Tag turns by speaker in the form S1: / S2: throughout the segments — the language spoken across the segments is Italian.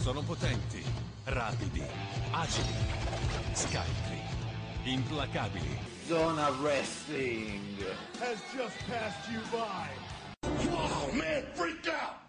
S1: Sono potenti, rapidi, agili, scaltri, implacabili.
S2: Zona Wrestling
S3: has just passed you by.
S4: Wow, man, freak out!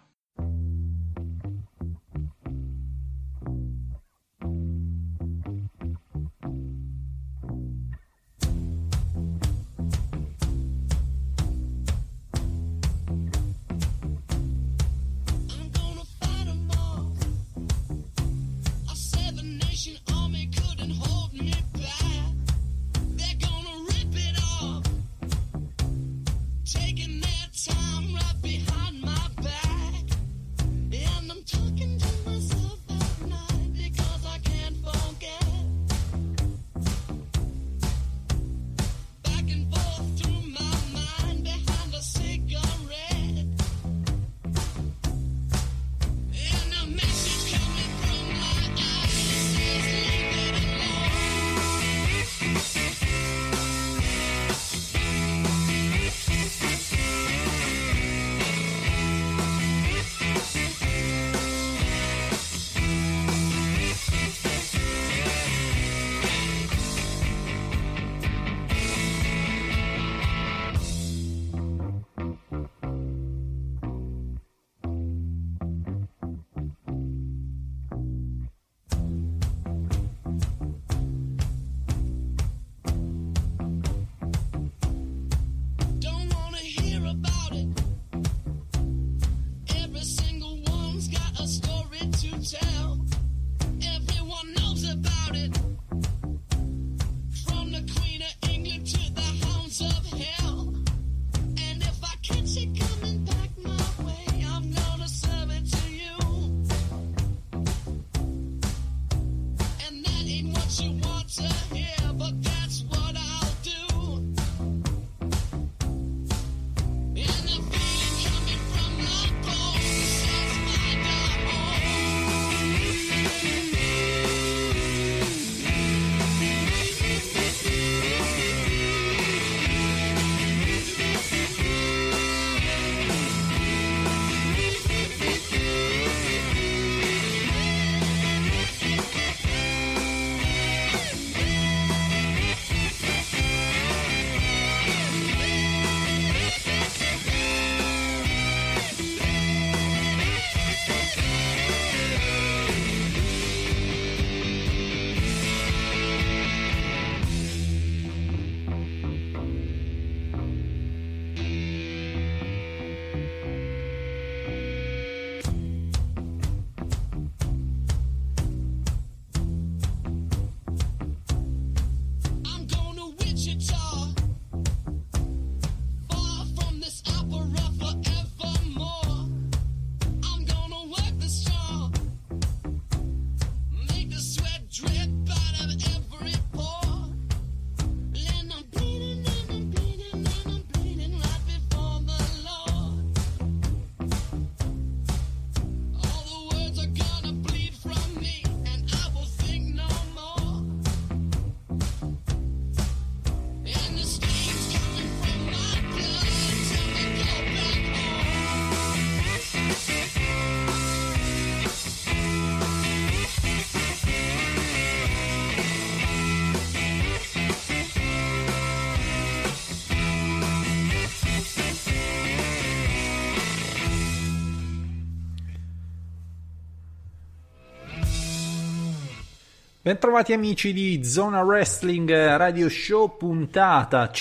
S5: Bentrovati amici di Zona Wrestling Radio Show, puntata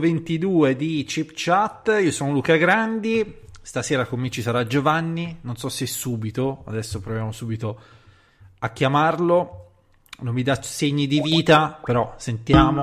S5: 122 di Chip Chat. Io sono Luca Grandi, stasera con me ci sarà Giovanni, non so se subito, adesso proviamo subito a chiamarlo, non mi dà segni di vita, però sentiamo.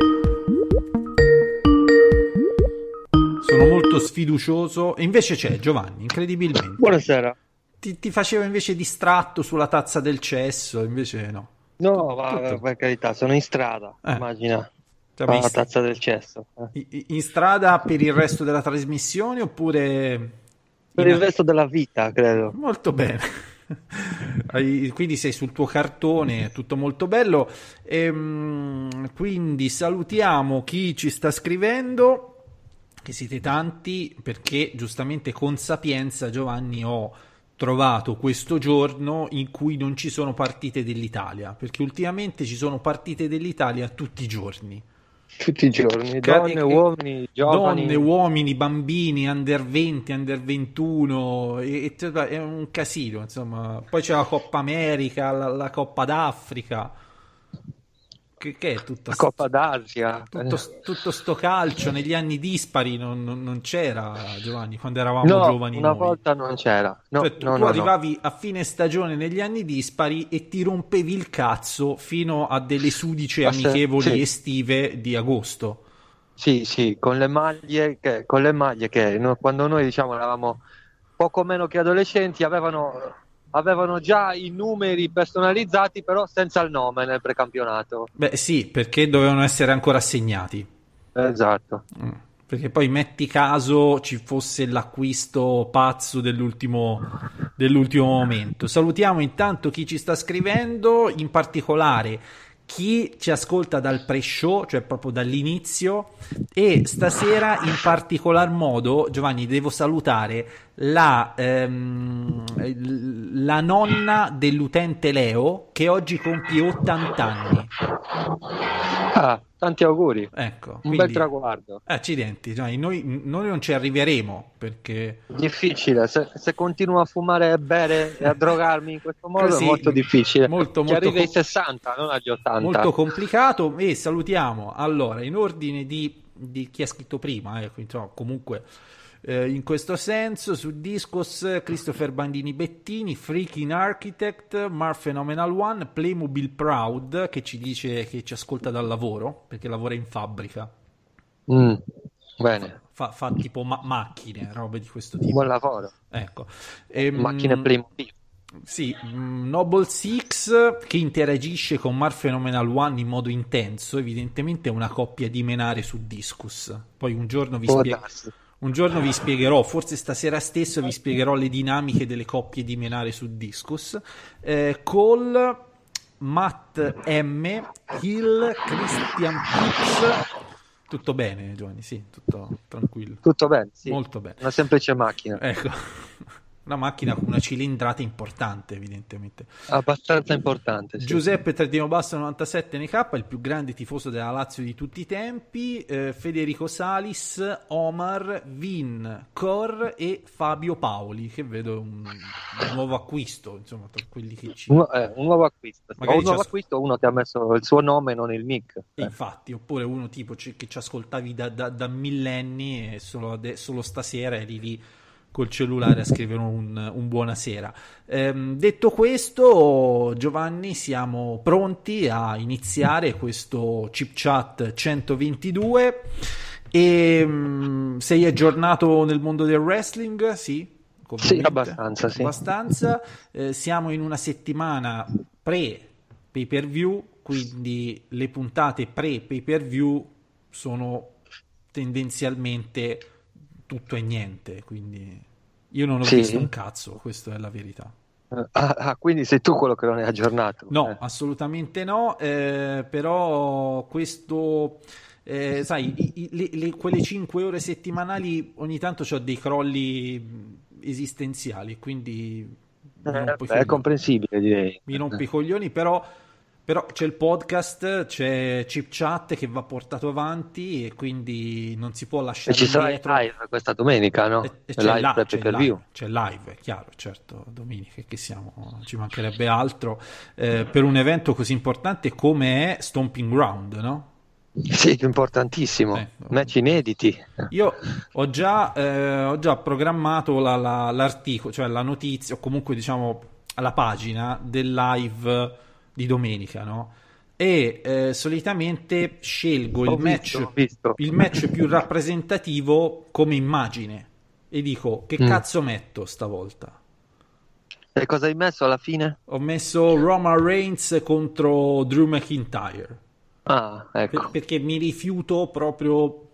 S5: Sono molto sfiducioso, e invece c'è Giovanni, incredibilmente.
S6: Buonasera.
S5: Ti faceva invece distratto sulla tazza del cesso, invece no.
S6: No, ma per carità, sono in strada, immagina, la tazza del cesso.
S5: In strada per il resto della trasmissione oppure...
S6: Per il resto della vita, credo.
S5: Molto bene. Quindi sei sul tuo cartone, tutto molto bello. Quindi salutiamo chi ci sta scrivendo, che siete tanti, perché giustamente con sapienza, Giovanni, ho trovato questo giorno in cui non ci sono partite dell'Italia, perché ultimamente ci sono partite dell'Italia tutti i giorni.
S6: Tutti i giorni, donne, uomini, giovani.
S5: Donne, uomini, bambini, under 20, under 21, è un casino, insomma. Poi c'è la Coppa America, la Coppa d'Africa, che è tutta
S6: la Coppa d'Asia.
S5: Tutto sto calcio negli anni dispari non c'era, Giovanni, quando eravamo giovani
S6: una
S5: noi.
S6: volta non c'era.
S5: Tu arrivavi a fine stagione negli anni dispari e ti rompevi il cazzo fino a delle sudice amichevoli estive di agosto.
S6: Sì, con le maglie che quando noi eravamo poco meno che adolescenti avevano già i numeri personalizzati, però senza il nome nel precampionato.
S5: Beh sì, perché dovevano essere ancora assegnati.
S6: Esatto.
S5: Perché poi metti caso ci fosse l'acquisto pazzo dell'ultimo momento. Salutiamo intanto chi ci sta scrivendo, in particolare chi ci ascolta dal pre-show, cioè proprio dall'inizio, e stasera in particolar modo, Giovanni, devo salutare la nonna dell'utente Leo, che oggi compie 80 anni.
S6: Tanti auguri.
S5: Ecco,
S6: un bel traguardo.
S5: Accidenti, Giovanni, noi non ci arriveremo perché
S6: difficile, se continuo a fumare e bere e a drogarmi in questo modo così, è molto difficile. Molto arrivi ai 60, non agli 80.
S5: Molto complicato. E salutiamo allora in ordine di chi ha scritto prima, comunque in questo senso su Discos: Christopher Bandini Bettini, Freaking Architect, Mar Phenomenal One, Playmobil Proud, che ci dice che ci ascolta dal lavoro perché lavora in fabbrica.
S6: Bene.
S5: Fa tipo macchine, robe di questo tipo.
S6: Buon lavoro.
S5: Ecco.
S6: Macchine Playmobil.
S5: Sì, Noble Six, che interagisce con Mar Phenomenal One in modo intenso, evidentemente è una coppia di menare su Discus. Poi un giorno vi spiegherò, forse stasera stesso vi spiegherò le dinamiche delle coppie di menare su Discus. Cole, Matt M, Hill, Christian Pitts. Tutto bene, Giovanni? Sì, tutto tranquillo.
S6: Tutto bene, sì.
S5: Molto bene.
S6: Una semplice macchina.
S5: Ecco. Una macchina con una cilindrata importante, evidentemente.
S6: Abbastanza importante, sì.
S5: Giuseppe Basso 97 NK, il più grande tifoso della Lazio di tutti i tempi. Federico Salis, Omar, Vin, Cor e Fabio Paoli, che vedo un nuovo acquisto, insomma, tra quelli che ci...
S6: un nuovo acquisto. Acquisto, uno che ha messo il suo nome e non il mic.
S5: Infatti, oppure uno tipo che ci ascoltavi da millenni e solo stasera eri lì col cellulare a scrivere un buonasera. Detto questo, Giovanni, siamo pronti a iniziare questo Chip Chat 122 e sei aggiornato nel mondo del wrestling? Sì,
S6: abbastanza. Sì.
S5: Abbastanza. Siamo in una settimana pre-pay per view, quindi le puntate pre-pay per view sono tendenzialmente tutto e niente, quindi io non ho visto un cazzo, questa è la verità.
S6: Quindi sei tu quello che non è aggiornato?
S5: No, assolutamente no, però questo sai, quelle 5 ore settimanali ogni tanto ho dei crolli esistenziali, quindi
S6: è comprensibile, direi.
S5: Mi rompo i coglioni, però c'è il podcast, c'è Chip Chat che va portato avanti e quindi non si può lasciare indietro.
S6: E ci sarà live questa domenica, no?
S5: C'è live, è chiaro, certo, domenica, che ci mancherebbe altro, per un evento così importante come è Stomping Ground, no?
S6: Sì, importantissimo, match inediti.
S5: Io ho già programmato l'articolo, cioè la notizia, o comunque diciamo la pagina del live di domenica, no? E solitamente scelgo il match più rappresentativo come immagine e dico che cazzo metto stavolta.
S6: E cosa hai messo alla fine?
S5: Ho messo Roman Reigns contro Drew McIntyre.
S6: Ecco.
S5: Perché mi rifiuto proprio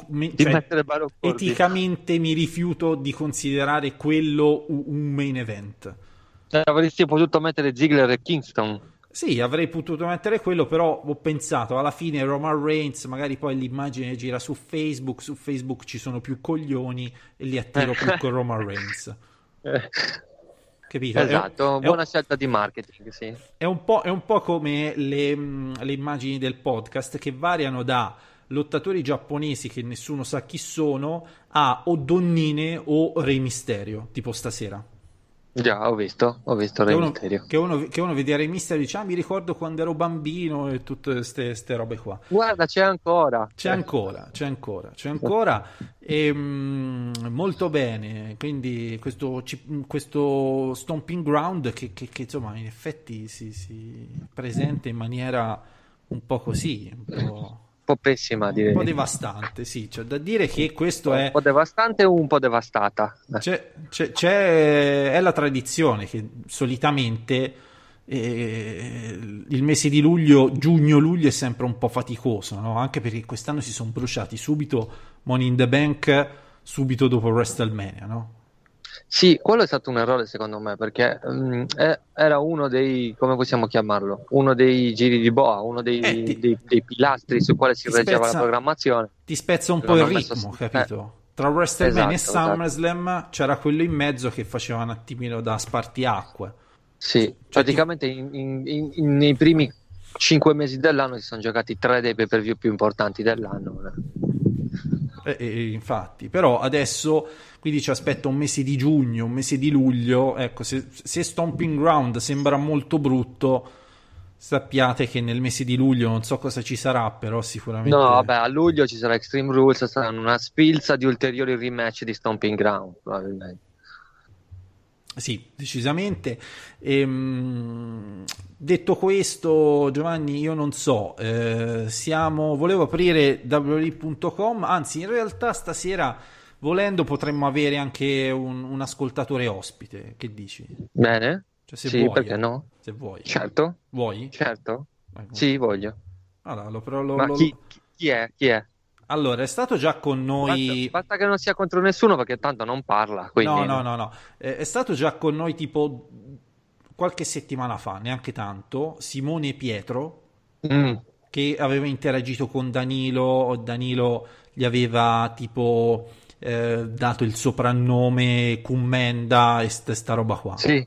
S5: eticamente mi rifiuto di considerare quello un main event.
S6: Avresti potuto mettere Ziggler e Kingston.
S5: Sì, avrei potuto mettere quello, però ho pensato alla fine Roman Reigns, magari poi l'immagine gira su Facebook ci sono più coglioni e li attiro più con Roman Reigns. capito?
S6: Esatto, buona scelta di marketing, sì.
S5: È un po' come le immagini del podcast che variano da lottatori giapponesi che nessuno sa chi sono a o donnine o Re Mysterio, tipo stasera.
S6: Già, ho visto Re Mysterio.
S5: Che uno vede Re Mysterio e dice: mi ricordo quando ero bambino e tutte queste robe qua.
S6: Guarda, c'è ancora
S5: e, molto bene. Quindi questo Stomping Ground che insomma in effetti si presenta in maniera un po' così,
S6: un po' pessima, direi.
S5: Un po' devastante, sì, c'è da dire che questo è
S6: un po' devastante o un po' devastata.
S5: È la tradizione che solitamente il mese di giugno-luglio è sempre un po' faticoso, no? Anche perché quest'anno si sono bruciati subito Money in the Bank subito dopo WrestleMania, no?
S6: Sì, quello è stato un errore secondo me, perché era uno dei, come possiamo chiamarlo, uno dei giri di boa, uno dei pilastri su quale si reggeva la programmazione.
S5: Ti spezza un po' il ritmo, capito? Tra WrestleMania e SummerSlam c'era quello in mezzo che faceva un attimino da spartiacque.
S6: Sì, praticamente nei primi 5 mesi dell'anno si sono giocati 3 dei pay-per-view più importanti dell'anno.
S5: Infatti, però adesso quindi ci aspetta un mese di giugno, un mese di luglio. Ecco, se Stomping Ground sembra molto brutto, sappiate che nel mese di luglio non so cosa ci sarà, però sicuramente
S6: no, vabbè, a luglio ci sarà Extreme Rules, saranno una sfilza di ulteriori rematch di Stomping Ground probabilmente.
S5: Sì, decisamente. Detto questo, Giovanni, io non so, volevo aprire www.com, anzi in realtà stasera volendo potremmo avere anche un ascoltatore ospite, che dici?
S6: Bene,
S5: cioè, se
S6: sì,
S5: vuoi,
S6: perché no?
S5: Se vuoi.
S6: Certo.
S5: Vuoi?
S6: Certo. Sì, voglio.
S5: Allora,
S6: ma chi è?
S5: Allora, è stato già con noi...
S6: Basta che non sia contro nessuno, perché tanto non parla. Quindi...
S5: No. È stato già con noi tipo qualche settimana fa, neanche tanto, Simone Pietro, che aveva interagito con Danilo. Danilo gli aveva tipo dato il soprannome Commenda e sta roba qua.
S6: Sì.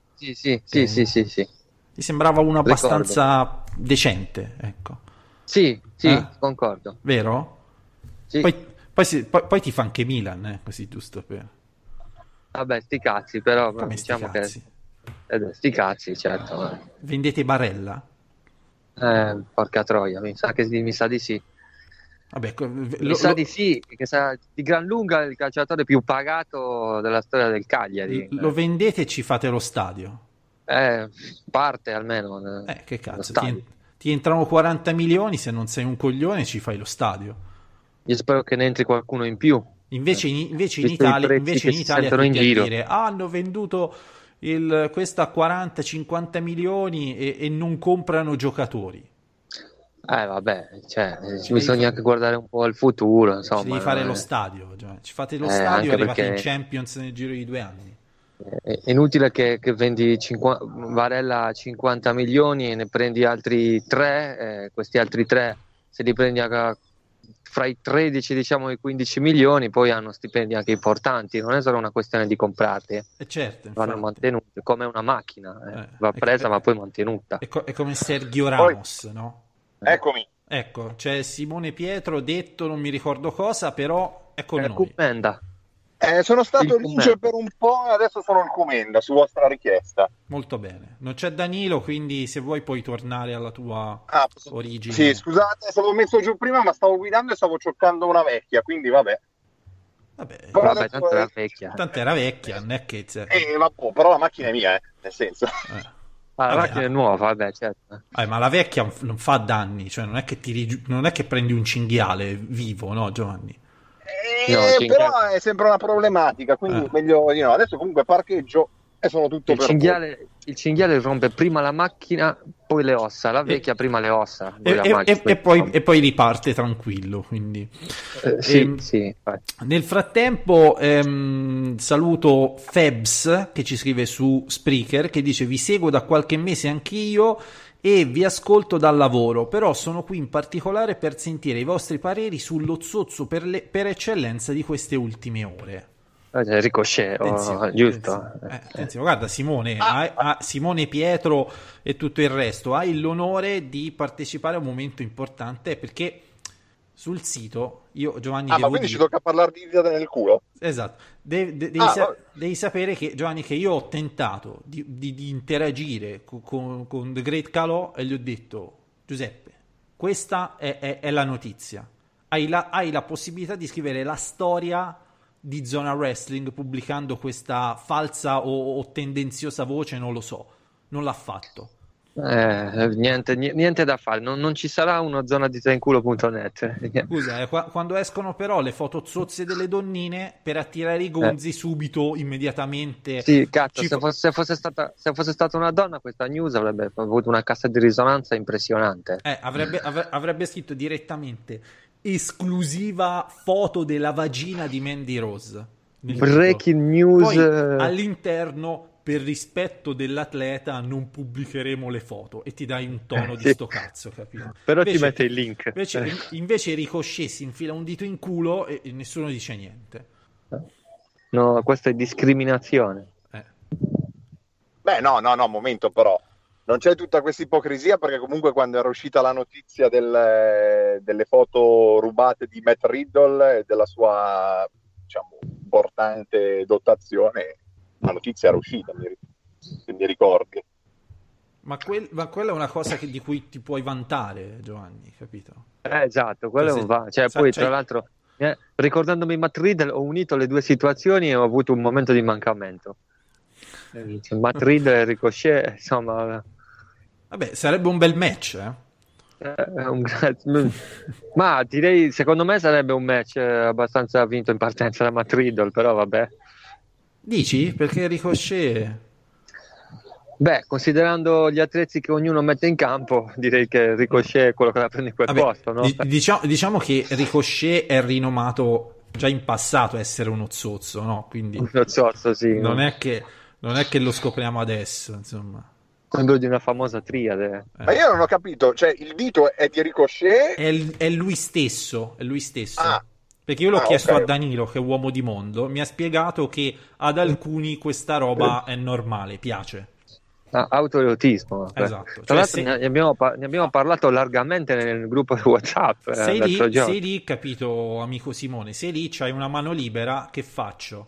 S5: Mi sembrava uno abbastanza decente, ecco.
S6: Sì, concordo.
S5: Vero?
S6: Sì.
S5: Poi ti fa anche Milan, così giusto per...
S6: Vabbè, sti cazzi, però
S5: come
S6: diciamo
S5: sti cazzi?
S6: Che sti cazzi, certo.
S5: Vendete Barella?
S6: Porca troia, mi sa di sì.
S5: Vabbè,
S6: mi sa di sì, che sarà di gran lunga il calciatore più pagato della storia del Cagliari.
S5: Lo vendete e ci fate lo stadio?
S6: Parte almeno.
S5: Che cazzo, ti entrano 40 milioni, se non sei un coglione ci fai lo stadio.
S6: Io spero che ne entri qualcuno in più.
S5: Invece in Italia tutti a dire hanno venduto questa a 40-50 milioni e non comprano giocatori.
S6: Vabbè, bisogna anche guardare un po' al futuro, insomma.
S5: Devi fare lo stadio, ci fate lo stadio e arrivate in Champions nel giro di 2 anni.
S6: È inutile che vendi Varela a 50 milioni e ne prendi altri 3, questi altri 3 se li prendi fra i 13 diciamo e i 15 milioni poi hanno stipendi anche importanti, non è solo una questione di comprarli,
S5: certo,
S6: vanno mantenuti come una macchina, va presa ma poi mantenuta.
S5: È come Sergio Ramos, no?
S7: Eccomi.
S5: Ecco, c'è Simone Pietro, detto non mi ricordo cosa, però è con noi.
S6: Commenda.
S7: Sono stato Lince per un po' e adesso sono il Commenda su vostra richiesta.
S5: Molto bene. Non c'è Danilo, quindi se vuoi puoi tornare alla tua origine.
S7: Sì, scusate se avevo messo giù prima, ma stavo guidando e stavo cioccando una vecchia, quindi vabbè.
S6: Vabbè, tanto era vecchia.
S5: Tanto era vecchia, non è che...
S7: vabbè, però la macchina è mia, nel senso...
S6: la macchina è nuova, vabbè, certo.
S5: Ma la vecchia non fa danni, cioè non è che prendi un cinghiale vivo, no, Giovanni?
S7: Però è sempre una problematica, quindi meglio di no. Adesso comunque parcheggio e sono tutto
S6: il cinghiale rompe prima la macchina, poi le ossa, la vecchia prima le ossa
S5: e poi riparte tranquillo, quindi
S6: sì.
S5: Nel frattempo saluto Febs che ci scrive su Spreaker, che dice: vi seguo da qualche mese anch'io e vi ascolto dal lavoro, però sono qui in particolare per sentire i vostri pareri sullo zozzo per eccellenza di queste ultime ore.
S6: Ricochet, giusto?
S5: Attenzione, guarda Simone, Simone Pietro e tutto il resto, hai l'onore di partecipare a un momento importante perché sul sito io Giovanni
S7: ma quindi ci tocca parlare di dita nel culo?
S5: Esatto, devi sapere che Giovanni, che io ho tentato di interagire con The Great Calò e gli ho detto: Giuseppe, questa è la notizia, hai la possibilità di scrivere la storia di Zona Wrestling pubblicando questa falsa o tendenziosa voce, non lo so, non l'ha fatto.
S6: Niente da fare, non ci sarà una zona di trenculo.net.
S5: Scusa, quando escono però le foto zozze delle donnine per attirare i gonzi subito, immediatamente.
S6: Sì, cazzo, se fosse stata una donna questa news avrebbe avuto una cassa di risonanza impressionante.
S5: Avrebbe scritto direttamente esclusiva foto della vagina di Mandy Rose.
S6: Breaking news.
S5: Poi all'interno, per rispetto dell'atleta, non pubblicheremo le foto, e ti dai un tono di sto cazzo, capito?
S6: Però invece, ti mette il link.
S5: Invece Ricochet si infila un dito in culo e nessuno dice niente.
S6: No, questa è discriminazione.
S7: Beh, no, momento però. Non c'è tutta questa ipocrisia, perché comunque quando era uscita la notizia delle foto rubate di Matt Riddle e della sua, diciamo, importante dotazione, la notizia era uscita, se mi ricordi.
S5: Ma quella è una cosa di cui ti puoi vantare, Giovanni, capito?
S6: Esatto, quello poi tra l'altro, ricordandomi Matt Riddle, ho unito le due situazioni e ho avuto un momento di mancamento. Matt Riddle e Ricochet, insomma.
S5: Vabbè, sarebbe un bel match,
S6: ma direi, secondo me sarebbe un match abbastanza vinto in partenza da Matt Riddle, però vabbè.
S5: Dici? Perché Ricochet?
S6: Beh, considerando gli attrezzi che ognuno mette in campo, direi che Ricochet è quello che la prende in quel posto, no?
S5: Diciamo che Ricochet è rinomato già in passato essere uno zozzo, no? Quindi
S6: uno zozzo, sì.
S5: Non è che lo scopriamo adesso, insomma.
S6: Quello di una famosa triade.
S7: Ma io non ho capito, cioè il dito è di Ricochet?
S5: È lui stesso, Perché io l'ho chiesto a Danilo, che è uomo di mondo, mi ha spiegato che ad alcuni questa roba è normale, piace.
S6: Autoerotismo.
S5: Esatto.
S6: Tra l'altro ne abbiamo parlato largamente nel gruppo di WhatsApp.
S5: Sei lì, capito, amico Simone, sei lì, c'hai una mano libera, che faccio?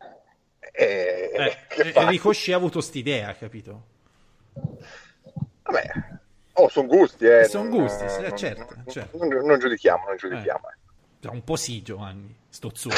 S5: Ricochet ha avuto st'idea, capito?
S7: Vabbè, sono gusti,
S5: sono gusti, certo.
S7: Non giudichiamo.
S5: Un po' sì, Giovanni, sto zozzo.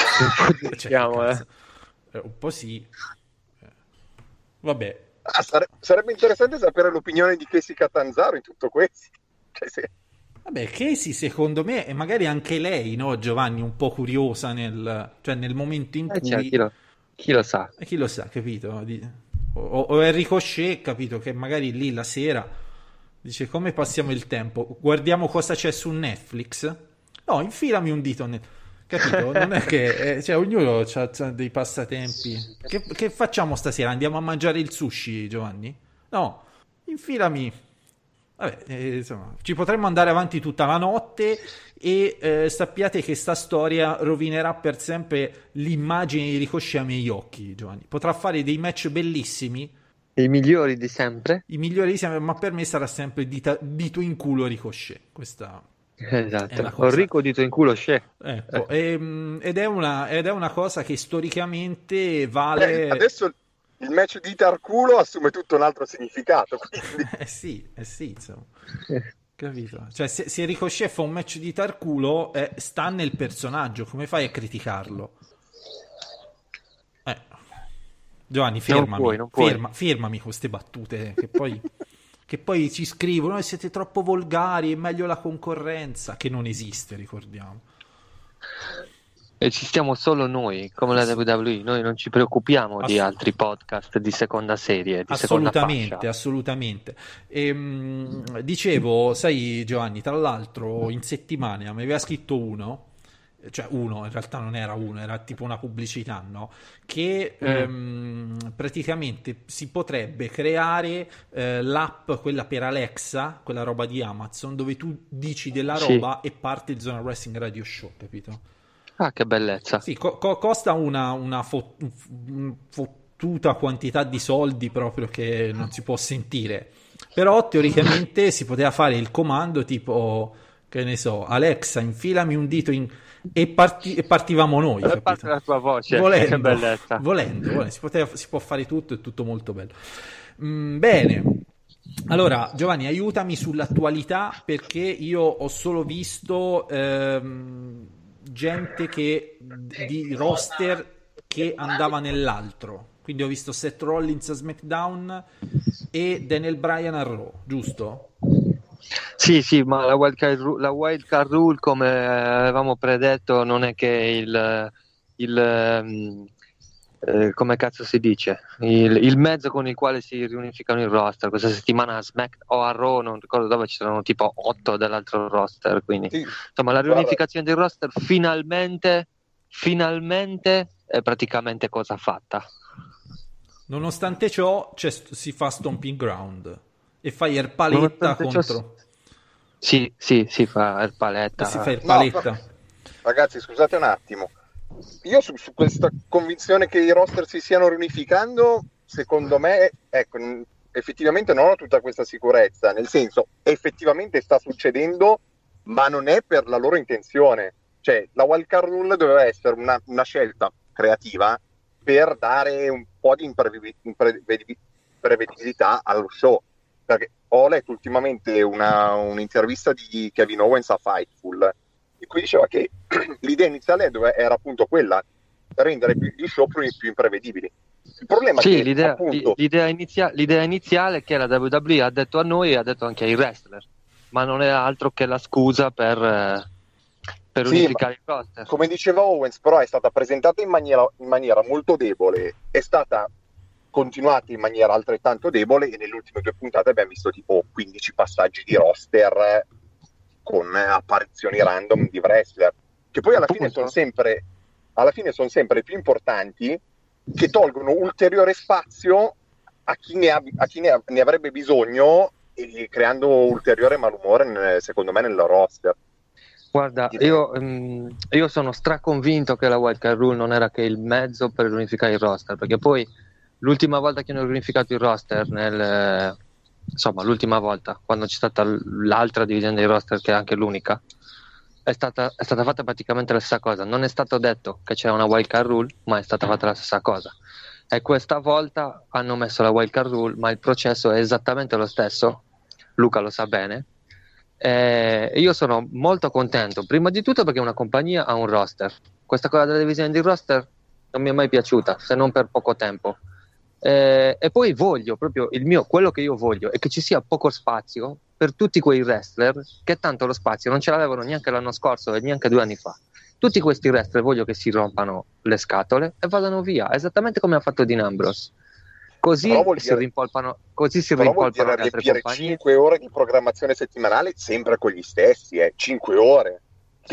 S5: Un po' sì. Vabbè.
S7: Sarebbe interessante sapere l'opinione di Casey Catanzaro in tutto questo.
S5: Vabbè, Casey secondo me, e magari anche lei, no, Giovanni, un po' curiosa nel momento in cui...
S6: Chi lo sa?
S5: Chi lo sa, capito? O è Ricochet, capito, che magari lì la sera dice: come passiamo il tempo? Guardiamo cosa c'è su Netflix? No, infilami un dito capito? Non è che ognuno ha dei passatempi. Che facciamo stasera? Andiamo a mangiare il sushi, Giovanni? No, infilami. Vabbè, insomma, ci potremmo andare avanti tutta la notte e sappiate che sta storia rovinerà per sempre l'immagine di Ricochet ai miei occhi, Giovanni. Potrà fare dei match bellissimi,
S6: i migliori di sempre,
S5: ma per me sarà sempre dito in culo Ricochet. Questa
S6: esatto, Enrico dito in culo
S5: ecco, ed è una cosa che storicamente vale.
S7: Adesso il match dita al culo assume tutto un altro significato, quindi.
S5: sì, insomma. Capito? Cioè, se Ricochet fa un match dita al culo, sta nel personaggio, come fai a criticarlo? Giovanni, fermami. Non puoi. Fermami con queste battute che poi ci scrivono: siete troppo volgari, è meglio la concorrenza, che non esiste, ricordiamo.
S6: E ci stiamo solo noi, come la WWE. Noi non ci preoccupiamo di altri podcast di seconda serie, di seconda fascia.
S5: Assolutamente. Dicevo, sai Giovanni, tra l'altro in settimana mi aveva scritto uno, in realtà non era uno, era tipo una pubblicità, no? Che praticamente si potrebbe creare l'app, quella per Alexa, quella roba di Amazon, dove tu dici della roba e parte il Zona Wrestling Radio Show, capito?
S6: Ah, che bellezza.
S5: Sì, costa una fottuta quantità di soldi proprio che non si può sentire. Però teoricamente si poteva fare il comando tipo, che ne so, Alexa, infilami un dito e partivamo noi, capito?
S6: Parte la tua voce,
S5: Volendo,
S6: che bellezza.
S5: Volendo, si può fare tutto, è tutto molto bello. Bene. Allora, Giovanni, aiutami sull'attualità, perché io ho solo visto gente di roster che andava nell'altro. Quindi ho visto Seth Rollins a SmackDown e Daniel Bryan a Raw, giusto?
S6: Sì, ma la wild card rule, come avevamo predetto, non è che come cazzo si dice, il mezzo con il quale si riunificano il roster. Questa settimana a SmackDown o a Raw, non ricordo dove, ci saranno tipo 8 dell'altro roster, quindi sì, insomma la riunificazione del roster finalmente è praticamente cosa fatta.
S5: Nonostante ciò si fa Stomping Ground e fa Air Paletta contro...
S6: Sì, fa Air Paletta.
S5: Si fa Air Paletta.
S7: No, ragazzi, scusate un attimo. Io su questa convinzione che i roster si stiano riunificando, secondo me, ecco, effettivamente non ho tutta questa sicurezza, nel senso, effettivamente sta succedendo, ma non è per la loro intenzione. Cioè, la wild card rule doveva essere una scelta creativa per dare un po' di imprevedibilità allo show, perché ho letto ultimamente un'intervista di Kevin Owens a Fightful, in cui diceva che l'idea iniziale era appunto quella, rendere gli show più imprevedibili. Il problema
S6: sì,
S7: è che appunto...
S6: l'idea iniziale è che la WWE ha detto a noi e ha detto anche ai wrestler, ma non è altro che la scusa per unificare il roster.
S7: Come diceva Owens, però è stata presentata in maniera molto debole, è stata continuata in maniera altrettanto debole, e nelle ultime 2 puntate abbiamo visto tipo 15 passaggi di roster con apparizioni random di wrestler, che poi alla fine sono sempre più importanti, che tolgono ulteriore spazio a chi ne avrebbe bisogno, e creando ulteriore malumore secondo me nel roster.
S6: Guarda, io sono straconvinto che la wild card rule non era che il mezzo per riunificare il roster, perché poi l'ultima volta che hanno riunificato il roster, l'ultima volta, quando c'è stata l'altra divisione dei roster, che è anche l'unica, è stata fatta praticamente la stessa cosa. Non è stato detto che c'era una wild card rule, ma è stata fatta la stessa cosa. E questa volta hanno messo la wild card rule, ma il processo è esattamente lo stesso. Luca lo sa bene. Io sono molto contento, prima di tutto perché una compagnia ha un roster. Questa cosa della divisione di roster non mi è mai piaciuta, se non per poco tempo. E poi voglio proprio quello che io voglio è che ci sia poco spazio per tutti quei wrestler che tanto lo spazio non ce l'avevano neanche l'anno scorso e neanche 2 anni fa. Tutti questi wrestler voglio che si rompano le scatole e vadano via, esattamente come ha fatto Dean Ambrose. Così si rimpolpano le altre compagnie.
S7: 5 ore di programmazione settimanale sempre con gli stessi, 5 ore. Che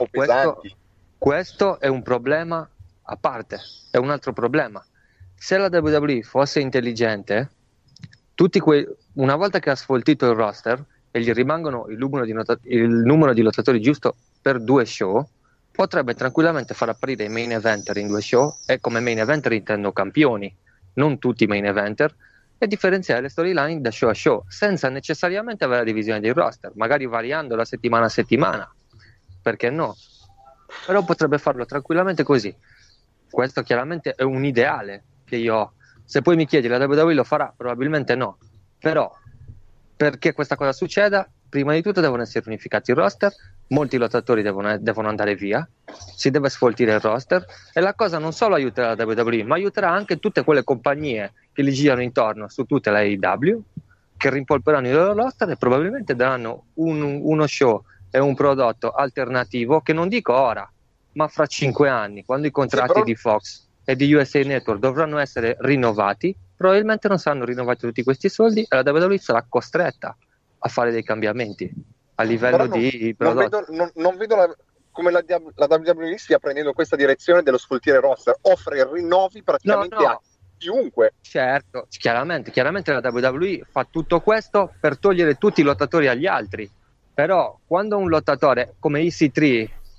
S6: questo è un problema a parte, è un altro problema. Se la WWE fosse intelligente, una volta che ha sfoltito il roster e gli rimangono il numero di lottatori giusto per 2 show, potrebbe tranquillamente far apparire i main eventer in 2 show, e come main eventer intendo campioni, non tutti i main eventer, e differenziare le storyline da show a show, senza necessariamente avere la divisione del roster, magari variando da settimana a settimana, perché no? Però potrebbe farlo tranquillamente così. Questo chiaramente è un ideale che io ho. Se poi mi chiedi la WWE lo farà? Probabilmente no. Però perché questa cosa succeda, prima di tutto devono essere unificati il roster, molti lottatori devono andare via, si deve sfoltire il roster, e la cosa non solo aiuterà la WWE, ma aiuterà anche tutte quelle compagnie che li girano intorno su tutte le AEW, che rimpolperanno il loro roster e probabilmente daranno uno show e un prodotto alternativo, che non dico ora, ma fra 5 anni, quando i contratti di Fox e di USA Network dovranno essere rinnovati, probabilmente non saranno rinnovati tutti questi soldi, e la WWE sarà costretta a fare dei cambiamenti a livello di prodotto.
S7: Non vedo come la WWE stia prendendo questa direzione dello sfoltire roster, offre rinnovi praticamente a chiunque.
S6: Certo, chiaramente la WWE fa tutto questo per togliere tutti i lottatori agli altri, però quando un lottatore come EC3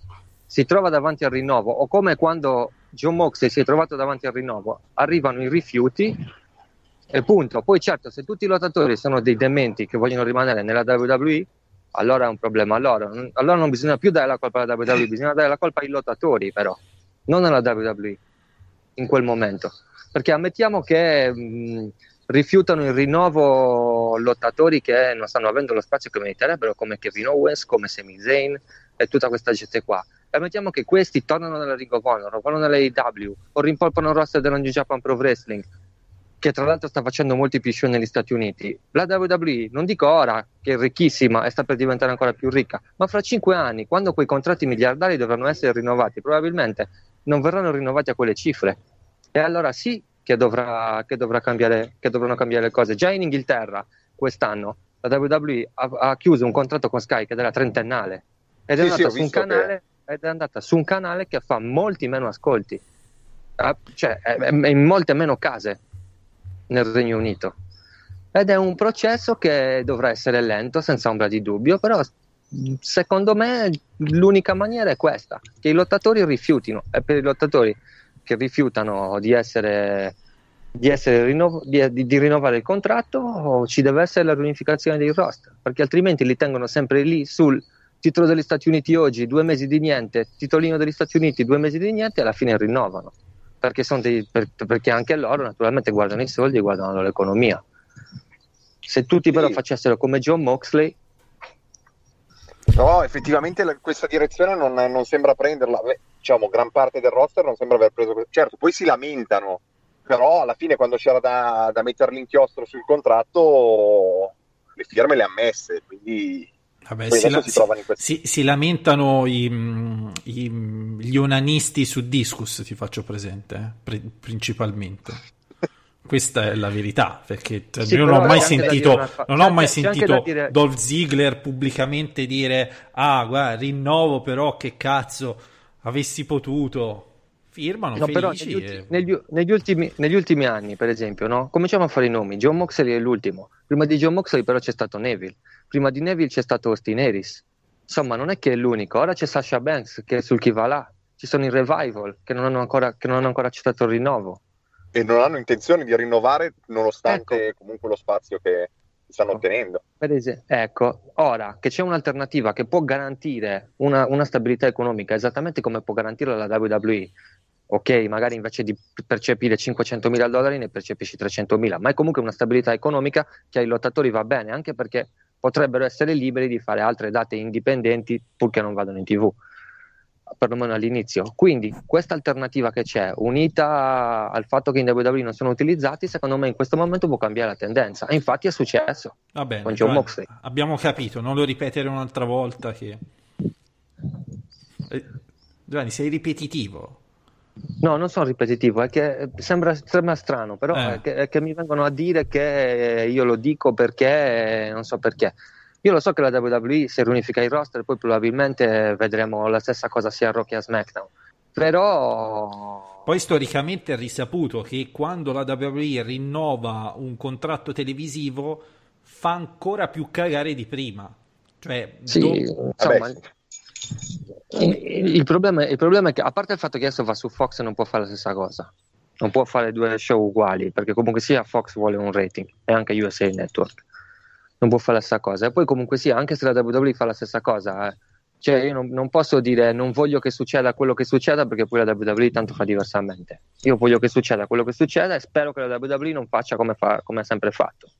S6: si trova davanti al rinnovo, o come quando Jon Moxley si è trovato davanti al rinnovo, arrivano i rifiuti e punto. Poi certo, se tutti i lottatori sono dei dementi che vogliono rimanere nella WWE, allora è un problema a loro. Allora non bisogna più dare la colpa alla WWE, bisogna dare la colpa ai lottatori, però non alla WWE in quel momento, perché ammettiamo che rifiutano il rinnovo lottatori che non stanno avendo lo spazio che meriterebbero, come Kevin Owens, come Sami Zayn e tutta questa gente qua. E ammettiamo che questi tornano nella Ring of Honor, o vanno nell'AEW, o rimpolpano il roster della New Japan Pro Wrestling, che tra l'altro sta facendo molti più show negli Stati Uniti. La WWE, non dico ora che è ricchissima e sta per diventare ancora più ricca, ma fra 5 anni, quando quei contratti miliardari dovranno essere rinnovati, probabilmente non verranno rinnovati a quelle cifre. E allora sì che dovranno cambiare le cose. Già in Inghilterra quest'anno la WWE ha chiuso un contratto con Sky che era trentennale ed è andata su un canale che fa molti meno ascolti, cioè è in molte meno case nel Regno Unito, ed è un processo che dovrà essere lento senza ombra di dubbio, però secondo me l'unica maniera è questa, che i lottatori rifiutino, e per i lottatori che rifiutano di rinnovare il contratto ci deve essere la riunificazione dei roster, perché altrimenti li tengono sempre lì sul titolo degli Stati Uniti oggi, 2 mesi di niente, titolino degli Stati Uniti, 2 mesi di niente, e alla fine rinnovano, perché anche loro naturalmente guardano i soldi e guardano l'economia. Se tutti però facessero come Jon Moxley,
S7: no, effettivamente questa direzione non sembra prenderla. Diciamo, gran parte del roster non sembra aver preso. Certo, poi si lamentano, però alla fine quando c'era da mettere l'inchiostro sul contratto, le firme le ha messe, quindi
S5: vabbè, si lamentano gli onanisti su Discus, ti faccio presente, principalmente. Questa è la verità, perché
S6: sì,
S5: io non ho mai sentito
S6: dire...
S5: Dolph Ziggler pubblicamente dire guarda, rinnovo, però che cazzo, avessi potuto. Firmano,
S6: no,
S5: felici.
S6: Però negli ultimi anni, per esempio, no? Cominciamo a fare i nomi. Jon Moxley è l'ultimo. Prima di Jon Moxley però c'è stato Neville. Prima di Neville c'è stato Austin Aries. Insomma, non è che è l'unico. Ora c'è Sasha Banks che è sul chi va là. Ci sono i Revival che non hanno ancora accettato il rinnovo.
S7: E non hanno intenzione di rinnovare nonostante comunque lo spazio che stanno ottenendo.
S6: Per esempio, ecco, ora che c'è un'alternativa che può garantire una stabilità economica esattamente come può garantire la WWE, ok, magari invece di percepire $500.000 ne percepisci 300.000, ma è comunque una stabilità economica che ai lottatori va bene, anche perché potrebbero essere liberi di fare altre date indipendenti purché non vadano in TV, perlomeno all'inizio. Quindi questa alternativa che c'è, unita al fatto che in WWE non sono utilizzati, secondo me in questo momento può cambiare la tendenza, e infatti è successo.
S5: Va bene,
S6: con Jon Moxley.
S5: Abbiamo capito, non lo ripetere un'altra volta che... Giovanni, sei ripetitivo.
S6: No, non sono ripetitivo, è che sembra strano, però è che mi vengono a dire che io lo dico perché non so perché. Io lo so che la WWE se riunifica i roster, poi probabilmente vedremo la stessa cosa sia a Raw che a SmackDown. Però
S5: poi storicamente è risaputo che quando la WWE rinnova un contratto televisivo fa ancora più cagare di prima. Cioè,
S6: insomma, il problema è che, a parte il fatto che adesso va su Fox, non può fare la stessa cosa, non può fare 2 show uguali, perché comunque sia Fox vuole un rating e anche USA Network non può fare la stessa cosa, e poi comunque sia anche se la WWE fa la stessa cosa, cioè io non posso dire non voglio che succeda quello che succeda, perché poi la WWE tanto fa diversamente. Io voglio che succeda quello che succeda e spero che la WWE non faccia come ha sempre fatto.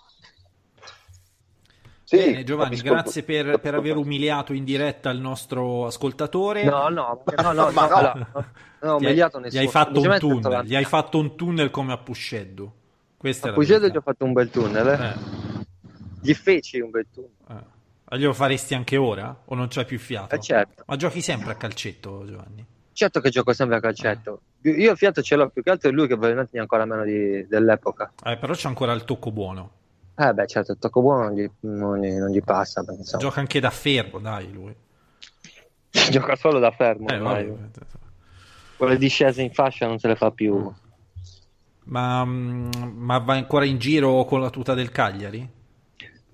S5: Sì, bene, Giovanni, grazie per aver umiliato in diretta il nostro ascoltatore.
S6: No, umiliato nessuno.
S5: Gli hai fatto un tunnel come a Pusceddu.
S6: A Pusceddu gli ho fatto un bel tunnel, Gli feci un bel tunnel.
S5: Glielo faresti anche ora? O non c'hai più fiato?
S6: Certo.
S5: Ma giochi sempre a calcetto, Giovanni?
S6: Certo che gioco sempre a calcetto. Io fiato ce l'ho, più che altro è lui che probabilmente ne ha ancora meno dell'epoca.
S5: Però c'è ancora il tocco buono.
S6: Certo, il tocco buono non gli passa.
S5: Gioca anche da fermo, dai, lui.
S6: Gioca solo da fermo. Quelle discese in fascia non se le fa più.
S5: Ma va ancora in giro con la tuta del Cagliari?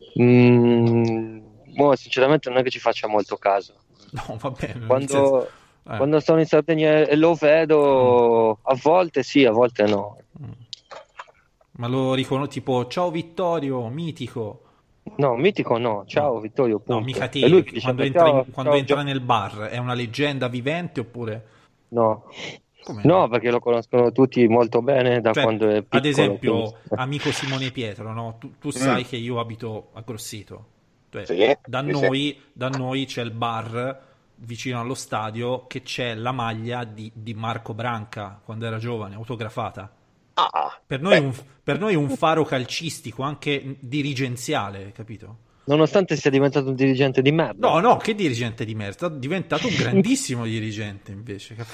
S6: Sinceramente non è che ci faccia molto caso.
S5: No, va bene.
S6: Quando sono in Sardegna e lo vedo, a volte sì, a volte no.
S5: Ma lo riconosco tipo ciao Vittorio, mitico.
S6: No, mitico no, ciao Vittorio, punto.
S5: No, mica te,
S6: E lui dice,
S5: quando
S6: ciao,
S5: entra nel bar è una leggenda vivente oppure...
S6: No.
S5: Come
S6: No, perché lo conoscono tutti molto bene da
S5: Cioè,
S6: quando è piccolo.
S5: ad esempio,
S6: quindi...
S5: amico Simone Pietro, no? Tu sai che io abito a Grosseto. Cioè,
S7: Sì,
S5: da noi c'è il bar vicino allo stadio che c'è la maglia di Marco Branca quando era giovane, autografata. Per noi è un faro calcistico, anche dirigenziale, capito?
S6: Nonostante sia diventato un dirigente di merda.
S5: No, che dirigente di merda? È diventato un grandissimo dirigente invece, che ha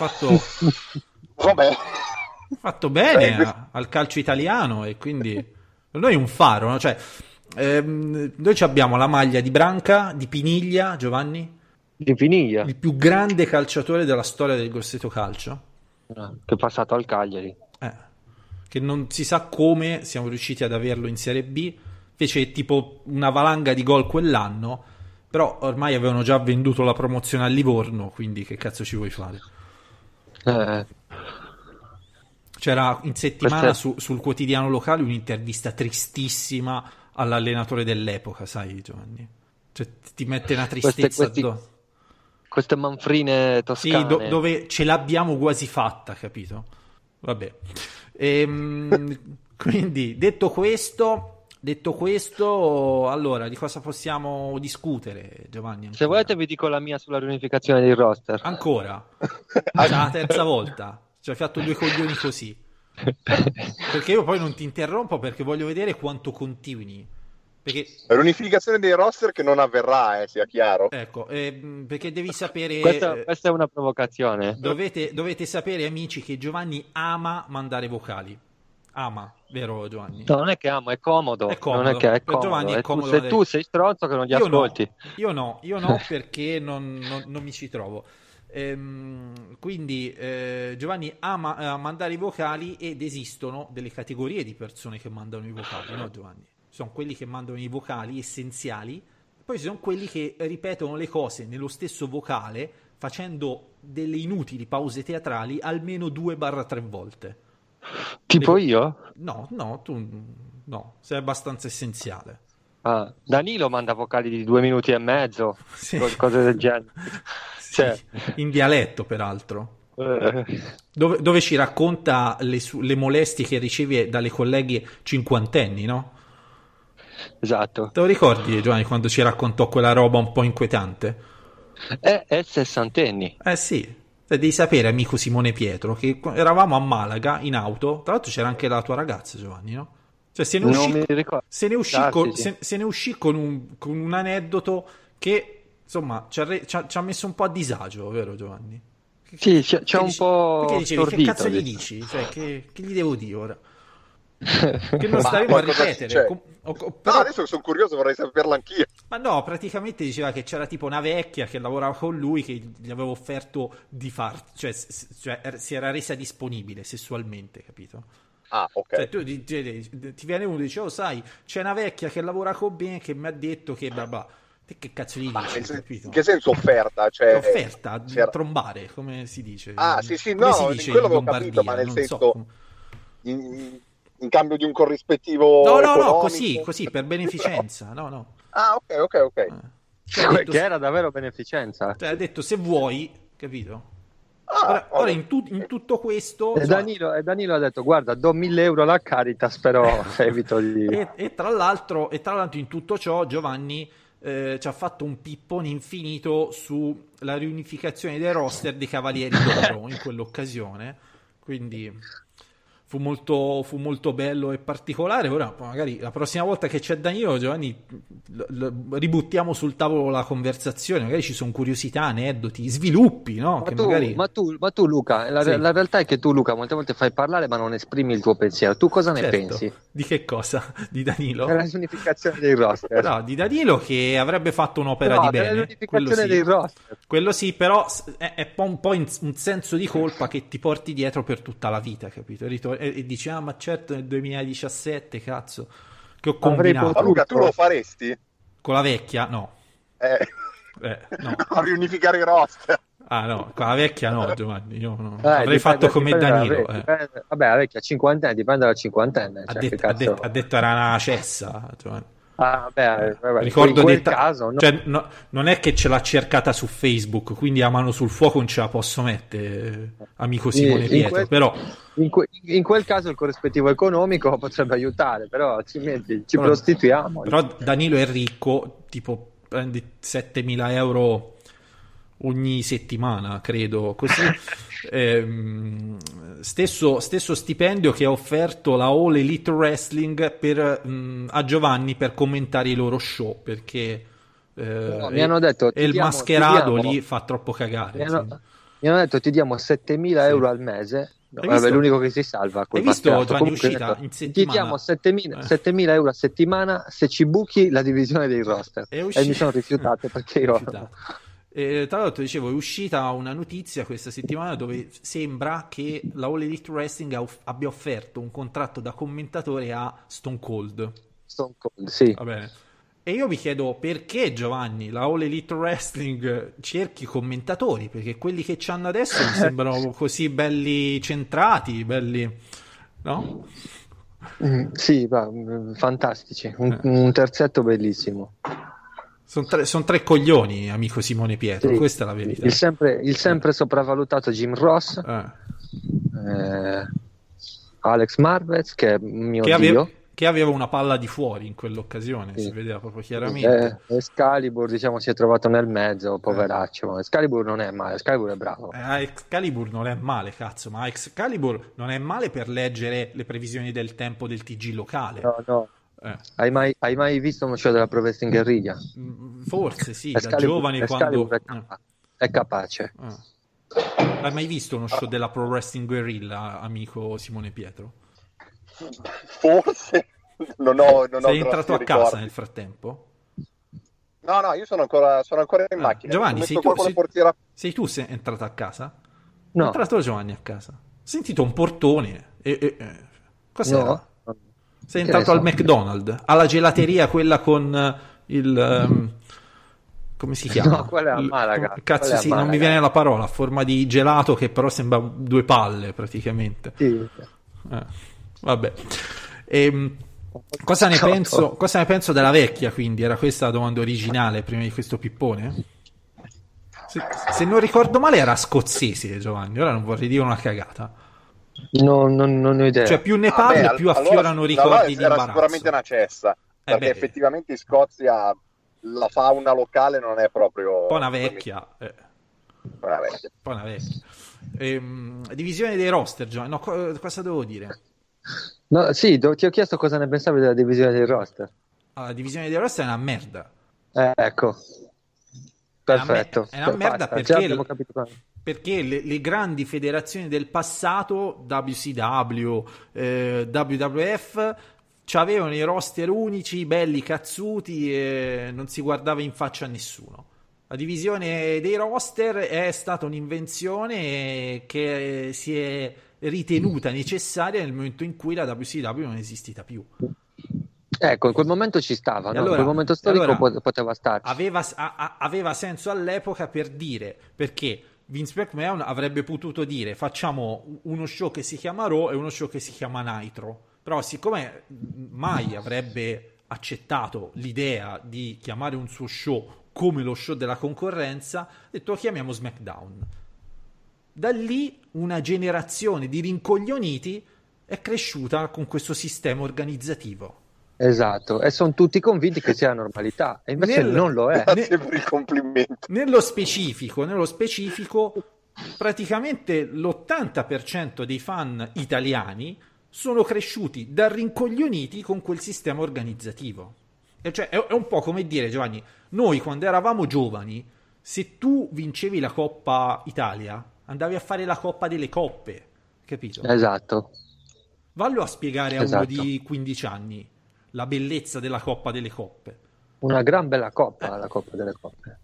S5: fatto bene al calcio italiano e quindi per noi è un faro, no? Cioè, noi abbiamo la maglia di Branca, di Piniglia, Giovanni?
S6: Di Piniglia.
S5: Il più grande calciatore della storia del Grosseto Calcio.
S6: Che è passato al Cagliari.
S5: Che non si sa come siamo riusciti ad averlo in Serie B. Fece tipo una valanga di gol quell'anno, però ormai avevano già venduto la promozione al Livorno, quindi che cazzo ci vuoi fare? C'era in settimana sul quotidiano locale un'intervista tristissima all'allenatore dell'epoca, sai Giovanni? Cioè ti mette una tristezza addosso.
S6: Queste manfrine toscane.
S5: Sì, dove ce l'abbiamo quasi fatta, capito? Vabbè. Quindi, detto questo, allora, di cosa possiamo discutere, Giovanni? Ancora?
S6: Se volete vi dico la mia sulla riunificazione del roster.
S5: Ancora? È la terza volta. Ci hai fatto due coglioni così. Perché io poi non ti interrompo perché voglio vedere quanto continui. Perché...
S7: L'unificazione dei roster che non avverrà, sia chiaro.
S5: Ecco, perché devi sapere...
S6: Questa è una provocazione.
S5: Dovete sapere, amici, che Giovanni ama mandare vocali. Ama, vero Giovanni?
S6: No, non è che amo, è comodo.
S5: È comodo.
S6: Non è che è
S5: Per
S6: comodo.
S5: Giovanni è comodo.
S6: Se tu sei stronzo che non li ascolti.
S5: Io no perché non mi ci trovo. Quindi Giovanni ama mandare i vocali ed esistono delle categorie di persone che mandano i vocali, no Giovanni? Sono quelli che mandano i vocali essenziali, poi ci sono quelli che ripetono le cose nello stesso vocale facendo delle inutili pause teatrali almeno 2-3 volte.
S6: Tipo io?
S5: No, tu no, sei abbastanza essenziale.
S6: Danilo manda vocali di 2 minuti e mezzo,
S5: sì.
S6: Cose del genere.
S5: Sì, in dialetto peraltro. Dove ci racconta le molestie che riceve dalle colleghe cinquantenni, no?
S6: Esatto.
S5: Te lo ricordi Giovanni quando ci raccontò quella roba un po' inquietante?
S6: È sessantenni.
S5: Sì. Devi sapere, amico Simone Pietro, che eravamo a Malaga in auto, tra l'altro c'era anche la tua ragazza Giovanni, no? Cioè se ne uscì con un aneddoto che insomma ci ha messo un po' a disagio, vero Giovanni?
S6: Sì, c'è un po'.
S5: Perché dicevi, che cazzo gli dici? Cioè, che gli devo dire ora? Che non staremo a ripetere.
S7: Però adesso sono curioso, vorrei saperlo anch'io.
S5: Ma no, praticamente diceva che c'era tipo una vecchia che lavorava con lui che gli aveva offerto di cioè si era resa disponibile sessualmente, capito?
S7: Ok.
S5: Cioè tu ti viene uno e dice, sai, c'è una vecchia che lavora con me che mi ha detto che bla bla. Te che cazzo gli dici, capito?
S7: In che senso offerta? Cioè,
S5: offerta, trombare, come si dice?
S7: Sì,
S5: come
S7: no,
S5: si dice
S7: quello
S5: in
S7: avevo
S5: Lombardia,
S7: capito, ma nel senso...
S5: So.
S7: In cambio di un corrispettivo
S5: no, così per beneficenza, no.
S7: Ok.
S6: Che era davvero beneficenza.
S5: Cioè, ha detto se vuoi, capito? Ora in tutto questo
S6: Danilo ha detto guarda, do 1.000 euro alla Caritas, però evito di...
S5: e tra l'altro in tutto ciò Giovanni ci ha fatto un pippone infinito sulla riunificazione dei roster dei Cavalieri d'Oro in quell'occasione, quindi fu molto bello e particolare. Ora magari la prossima volta che c'è Danilo, Giovanni, ributtiamo sul tavolo la conversazione, magari ci sono curiosità, aneddoti, sviluppi, no?
S6: Ma tu Luca, la realtà è che tu Luca molte volte fai parlare ma non esprimi il tuo pensiero. Tu cosa ne pensi?
S5: Di che cosa? Di Danilo?
S6: Della unificazione dei roster.
S5: No, di Danilo che avrebbe fatto un'opera di bene.
S6: L'unificazione dei roster.
S5: Quello sì, però è un po' un senso di colpa che ti porti dietro per tutta la vita, capito? E dici, ma certo nel 2017, cazzo, che ho combinato.
S7: Ma Luca, tu lo faresti?
S5: Con la vecchia? No. No.
S7: A riunificare i roster.
S5: Ah no, con la vecchia no, Giovanni, io no. Avrei fatto come Danilo.
S6: Vabbè, la vecchia cinquantenne, dipende dalla cinquantenne.
S5: Ha detto era una cessa, Giovanni.
S6: Ah, vabbè,
S5: Ricordo
S6: in quel caso, no.
S5: cioè, non è che ce l'ha cercata su Facebook, quindi a mano sul fuoco non ce la posso mettere, amico Simone Pietro, però
S6: in quel caso il corrispettivo economico potrebbe aiutare, però altrimenti ci prostituiamo.
S5: Però Danilo è ricco, tipo prendi 7.000 euro ogni settimana, credo, così. Stesso stipendio che ha offerto la All Elite Wrestling a Giovanni per commentare i loro show, perché
S6: mi hanno detto,
S5: il mascherado lì fa troppo cagare.
S6: Mi hanno detto ti diamo 7.000 euro al mese. Vabbè, l'unico che si salva.
S5: Hai visto Giovanni uscita in settimana?
S6: Ti diamo 7.000 euro a settimana se ci buchi la divisione dei roster. E mi sono rifiutato perché io...
S5: tra l'altro dicevo, è uscita una notizia questa settimana dove sembra che la All Elite Wrestling abbia offerto un contratto da commentatore a Stone Cold.
S6: Stone Cold, sì.
S5: Va bene. E io mi chiedo perché, Giovanni, la All Elite Wrestling cerchi commentatori, perché quelli che c'hanno adesso mi sembrano così belli centrati, belli, no?
S6: Sì, fantastici, un terzetto bellissimo.
S5: Sono tre coglioni, amico Simone Pietro, sì, questa è la verità.
S6: Il sempre sopravvalutato Jim Ross, Alex Marvez, che è mio dio.
S5: Che aveva una palla di fuori in quell'occasione, sì. Si vedeva proprio chiaramente.
S6: Excalibur, diciamo, si è trovato nel mezzo, poveraccio. Excalibur non è male, Excalibur è bravo.
S5: Excalibur non è male, cazzo, ma Excalibur non è male per leggere le previsioni del tempo del TG locale.
S6: No. Hai mai visto uno show della Pro Wrestling Guerriglia?
S5: Forse sì, da giovane
S6: Excalibur
S5: quando...
S6: è capace.
S5: Hai mai visto uno show della Pro Wrestling Guerrilla, amico Simone Pietro?
S7: Forse non
S5: sei entrato a casa nel frattempo?
S7: No, io sono ancora in macchina.
S5: Giovanni, sei tu entrato a casa?
S6: No.
S5: È entrato Giovanni a casa. Ho sentito un portone. Cos'era?
S6: No.
S5: Sei entrato al McDonald's, alla gelateria, quella con il... come si chiama?
S6: No, quella è a Malaga.
S5: Cazzo, sì, non mi viene la parola. A forma di gelato che però sembra 2 palle praticamente.
S6: Sì.
S5: Vabbè. Cosa ne penso della vecchia, quindi? Era questa la domanda originale prima di questo pippone? Se non ricordo male era scozzese, Giovanni, ora non vorrei dire una cagata.
S6: Non ho idea.
S5: Cioè più ne parli più affiorano ricordi di imbarazzo.
S7: Era sicuramente una cessa, perché effettivamente in Scozia la fauna locale non è proprio...
S5: Un po' una vecchia. Divisione dei roster, Giovanni. No, cosa devo dire?
S6: No, sì, ti ho chiesto cosa ne pensavi della divisione dei roster.
S5: La divisione dei roster è una merda.
S6: Ecco. Perfetto.
S5: È una merda perché le grandi federazioni del passato, WCW, WWF, avevano i roster unici, belli cazzuti e non si guardava in faccia a nessuno. La divisione dei roster è stata un'invenzione che si è ritenuta necessaria nel momento in cui la WCW non è esistita più.
S6: Ecco, in quel momento ci stava, no? In quel momento storico poteva starci.
S5: Aveva senso all'epoca perché Vince McMahon avrebbe potuto dire facciamo uno show che si chiama Raw e uno show che si chiama Nitro, però siccome mai avrebbe accettato l'idea di chiamare un suo show come lo show della concorrenza, ha detto chiamiamo SmackDown. Da lì una generazione di rincoglioniti è cresciuta con questo sistema organizzativo.
S6: Esatto, e sono tutti convinti che sia la normalità, e invece non lo è.
S7: Grazie per il complimento.
S5: Nello specifico, praticamente l'80% dei fan italiani sono cresciuti da rincoglioniti con quel sistema organizzativo. E cioè è un po' come dire, Giovanni, noi quando eravamo giovani, se tu vincevi la Coppa Italia, andavi a fare la Coppa delle Coppe, capito?
S6: Esatto.
S5: Vallo a spiegare a uno di 15 anni la bellezza della Coppa delle Coppe.
S6: Una gran bella coppa, la Coppa delle Coppe.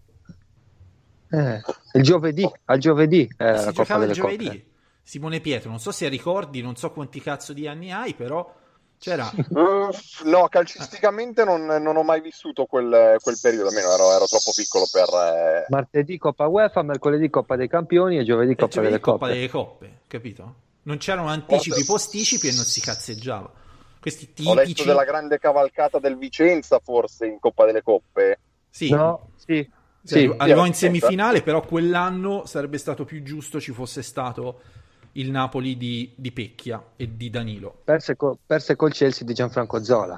S6: Il giovedì, al giovedì
S5: si
S6: la
S5: giocava il giovedì. Coppe. Simone Pietro, non so se ricordi, non so quanti cazzo di anni hai, però C'era.
S7: No, calcisticamente non ho mai vissuto quel periodo, almeno ero troppo piccolo per...
S6: Martedì Coppa UEFA, mercoledì Coppa dei Campioni e giovedì Coppa delle
S5: Coppa
S6: Coppe.
S5: delle Coppe, capito? Non c'erano anticipi, posticipi e non si cazzeggiava. Questi
S7: Ho letto
S5: tipici...
S7: della grande cavalcata del Vicenza, forse, in Coppa delle Coppe.
S5: Sì.
S6: No, sì.
S5: Arrivò in semifinale, però quell'anno sarebbe stato più giusto ci fosse stato il Napoli di Pecchia e di Danilo.
S6: Perse col Chelsea di Gianfranco Zola.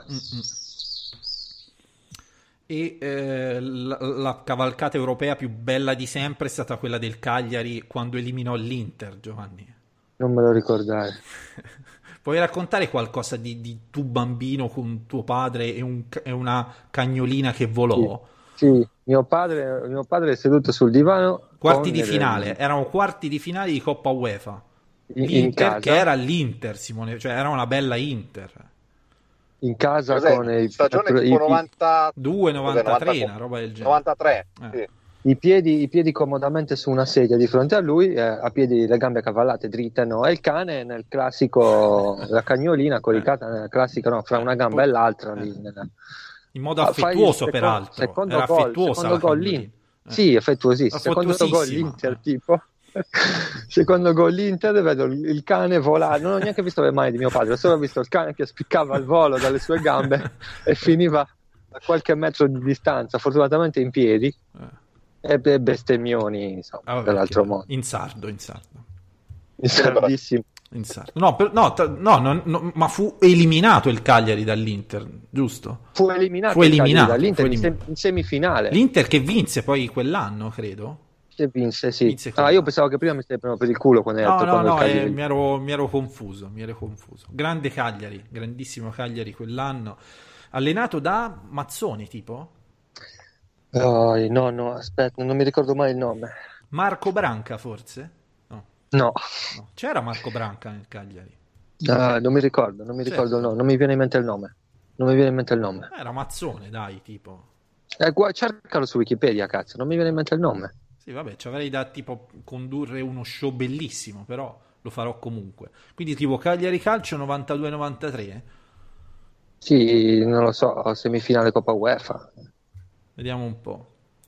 S5: E la cavalcata europea più bella di sempre è stata quella del Cagliari quando eliminò l'Inter, Giovanni.
S6: Non me lo ricordare.
S5: Puoi raccontare qualcosa di tu bambino con tuo padre e una cagnolina che volò?
S6: Sì, mio padre è seduto sul divano.
S5: Quarti di finale, erano quarti di finale di Coppa UEFA.
S6: L'Inter,
S5: che era l'Inter, Simone, cioè era una bella Inter.
S6: In casa con
S7: stagione tipo 92,
S5: 93, una roba del genere.
S7: 93, sì.
S6: I piedi comodamente su una sedia di fronte a lui, a piedi le gambe accavallate dritte, no? E il cane nel classico, la cagnolina coricata nella classica, no, fra una gamba e l'altra.
S5: In modo affettuoso, peraltro.
S6: Secondo
S5: era
S6: gol,
S5: affettuosa
S6: secondo gol l'Inter. Sì, affettuosissimo. Secondo gol l'Inter, tipo. Secondo gol l'Inter, vedo il cane volare. Non ho neanche visto le mani di mio padre, ho solo visto il cane che spiccava al volo dalle sue gambe e finiva a qualche metro di distanza, fortunatamente in piedi. E bestemmioni, insomma, dall'altro mondo.
S5: In sardo.
S6: In sardissimo.
S5: In sardo. No, ma fu eliminato il Cagliari dall'Inter, giusto?
S6: Fu eliminato dall'Inter in semifinale.
S5: L'Inter che vinse poi quell'anno, credo.
S6: Vinse, sì. Io pensavo che prima mi stai prendendo per il culo quando hai detto
S5: mi ero confuso. Grande Cagliari, grandissimo Cagliari quell'anno. Allenato da Mazzoni, tipo?
S6: No, aspetta, non mi ricordo mai il nome.
S5: Marco Branca, forse?
S6: No.
S5: C'era Marco Branca nel Cagliari?
S6: Non mi ricordo, no, non mi viene in mente il nome.
S5: Era Mazzone, dai, tipo.
S6: Cercalo su Wikipedia, cazzo, non mi viene in mente il nome.
S5: Sì, vabbè, ci avrei da tipo condurre uno show bellissimo, però lo farò comunque. Quindi tipo Cagliari Calcio 92-93?
S6: Sì, non lo so, semifinale Coppa UEFA.
S5: Vediamo un po'.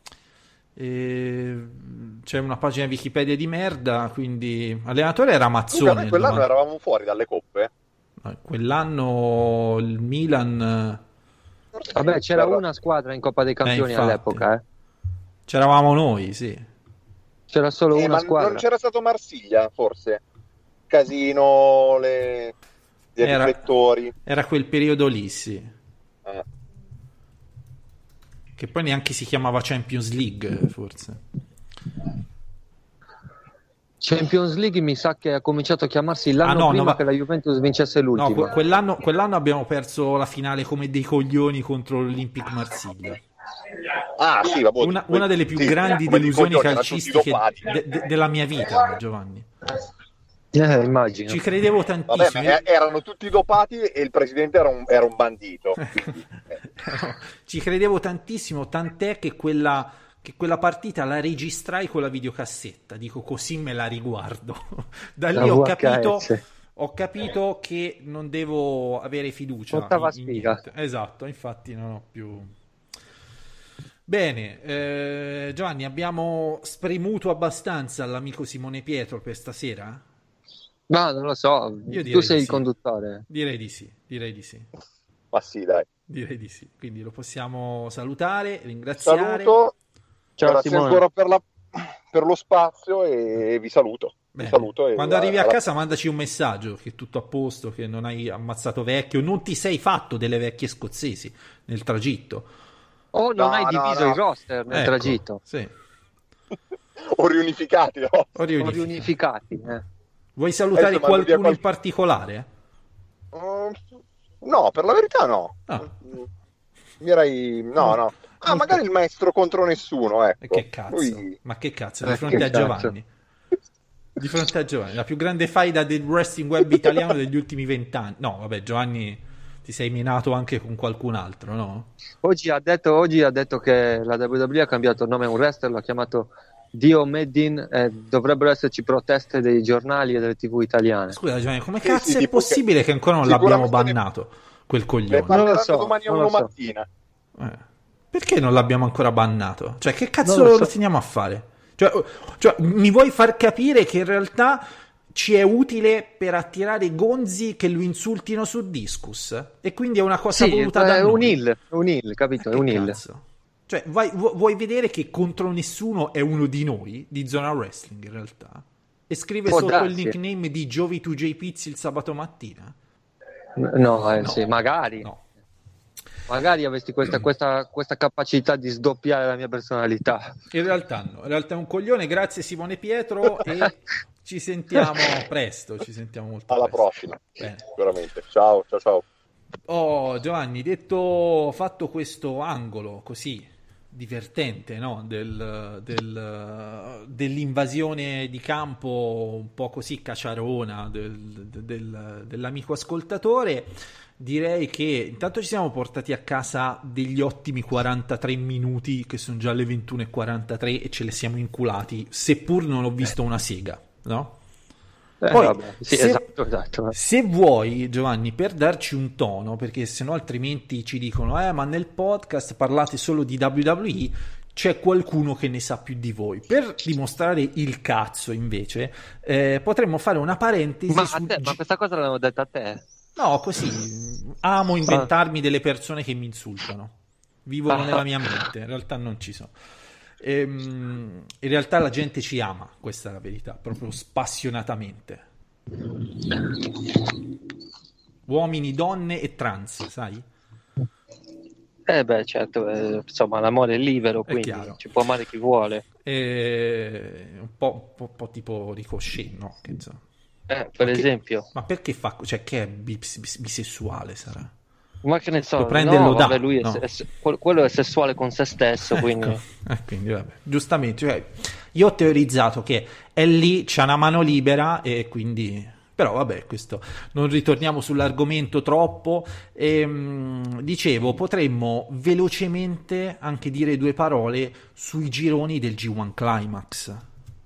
S5: C'è una pagina Wikipedia di merda, quindi allenatore era Mazzone.
S7: Noi quell'anno eravamo fuori dalle coppe.
S5: No, quell'anno il Milan...
S6: Vabbè, c'era una squadra in Coppa dei Campioni all'epoca,
S5: C'eravamo noi, sì.
S6: C'era solo una squadra.
S7: Non c'era stato Marsiglia, forse? Casino, gli riflettori.
S5: Era quel periodo lì, sì. Che poi neanche si chiamava Champions League, forse.
S6: Champions League mi sa che ha cominciato a chiamarsi l'anno prima che la Juventus vincesse l'ultima.
S5: No, quell'anno abbiamo perso la finale come dei coglioni contro l'Olympique Marsiglia.
S7: Sì, vabbè,
S5: una delle più grandi delusioni calcistiche della mmia vita, Giovanni.
S6: Immagino.
S5: Ci credevo tantissimo.
S7: Vabbè, erano tutti dopati e il presidente era un bandito.
S5: Ci credevo tantissimo, tant'è che quella partita la registrai con la videocassetta. Dico, così me la riguardo. Da lì ho capito che non devo avere fiducia in niente. Esatto, infatti non ho più... Bene, Giovanni, abbiamo spremuto abbastanza l'amico Simone Pietro per stasera?
S6: No, non lo so, tu sei il conduttore.
S5: Direi di sì.
S7: Ma sì, dai.
S5: Direi di sì, quindi lo possiamo salutare, ringraziare.
S7: Saluto,
S6: ciao
S7: grazie
S6: Simone.
S7: ancora per lo spazio e vi saluto.
S5: Bene.
S7: Vi saluto
S5: quando arrivi a casa mandaci un messaggio che è tutto a posto, che non hai ammazzato vecchio, non ti sei fatto delle vecchie scozzesi nel tragitto.
S6: O non hai diviso il roster nel tragitto.
S5: Sì.
S7: O riunificati, no?
S5: O
S6: riunificati.
S5: Vuoi salutare qualcuno in particolare?
S7: No, per la verità no. Direi no. Magari il maestro contro nessuno, ecco.
S5: Che cazzo? Ma che cazzo, di fronte a Giovanni. Di fronte a Giovanni, la più grande faida del wrestling web italiano degli ultimi 20 anni. No, vabbè, Giovanni, ti sei minato anche con qualcun altro, no?
S6: Oggi ha detto che la WWE ha cambiato il nome a un wrestler, l'ha chiamato Dio Medin, dovrebbero esserci proteste dei giornali e delle TV italiane.
S5: Scusa Giovanni, come cazzo è possibile che ancora non l'abbiamo bannato quel coglione?
S6: Non lo so,
S7: domani a
S6: non lo
S7: 1
S6: so.
S7: mattina.
S5: Perché non l'abbiamo ancora bannato? Cioè, che cazzo lo teniamo a fare? Cioè, mi vuoi far capire che in realtà ci è utile per attirare gonzi che lo insultino su Discus? E quindi è una cosa voluta da noi?
S6: È un hill, capito? È un hill.
S5: Cioè, vuoi vedere che contro nessuno è uno di noi, di Zona Wrestling in realtà? E scrive
S6: Può
S5: sotto
S6: darsi.
S5: il nickname di Jovi 2J Pizzi il sabato mattina?
S6: No, sì, magari.
S5: No.
S6: Magari avessi questa capacità di sdoppiare la mia personalità.
S5: In realtà no, in realtà è un coglione. Grazie Simone Pietro e ci sentiamo presto, ci sentiamo molto
S7: Alla
S5: presto.
S7: prossima,
S5: Bene.
S7: sicuramente. Ciao.
S5: Oh Giovanni, fatto questo angolo così divertente, no? Dell'invasione di campo un po' così cacciarona dell'amico ascoltatore, direi che intanto ci siamo portati a casa degli ottimi 43 minuti che sono già le 21:43 e ce le siamo inculati, seppur non ho visto una sega, no? Poi,
S6: vabbè, sì, esatto.
S5: Se vuoi, Giovanni, per darci un tono, perché sennò altrimenti ci dicono ma nel podcast parlate solo di WWE, c'è qualcuno che ne sa più di voi. Per dimostrare il cazzo, invece, potremmo fare una parentesi
S6: Ma questa cosa l'hanno detta a te?
S5: No, così. Amo inventarmi delle persone che mi insultano. Vivono nella mia mente, in realtà non ci sono. In realtà la gente ci ama, questa è la verità, proprio spassionatamente. Uomini, donne e trans, sai?
S6: Certo, insomma l'amore è libero,
S5: È
S6: quindi
S5: chiaro.
S6: ci può amare chi vuole.
S5: Un po' tipo Ricochet, no? Che insomma.
S6: Per esempio.
S5: Ma perché fa... Cioè, che è bisessuale, sarà?
S6: Ma che ne so,
S5: Lo prende e lo dà,
S6: vabbè, lui
S5: no?
S6: quello è sessuale con se stesso, quindi...
S5: Quindi vabbè, giustamente, cioè, io ho teorizzato che è lì, c'ha una mano libera e quindi... Però vabbè, questo non ritorniamo sull'argomento troppo. Dicevo, potremmo velocemente anche dire due parole sui gironi del G1 Climax.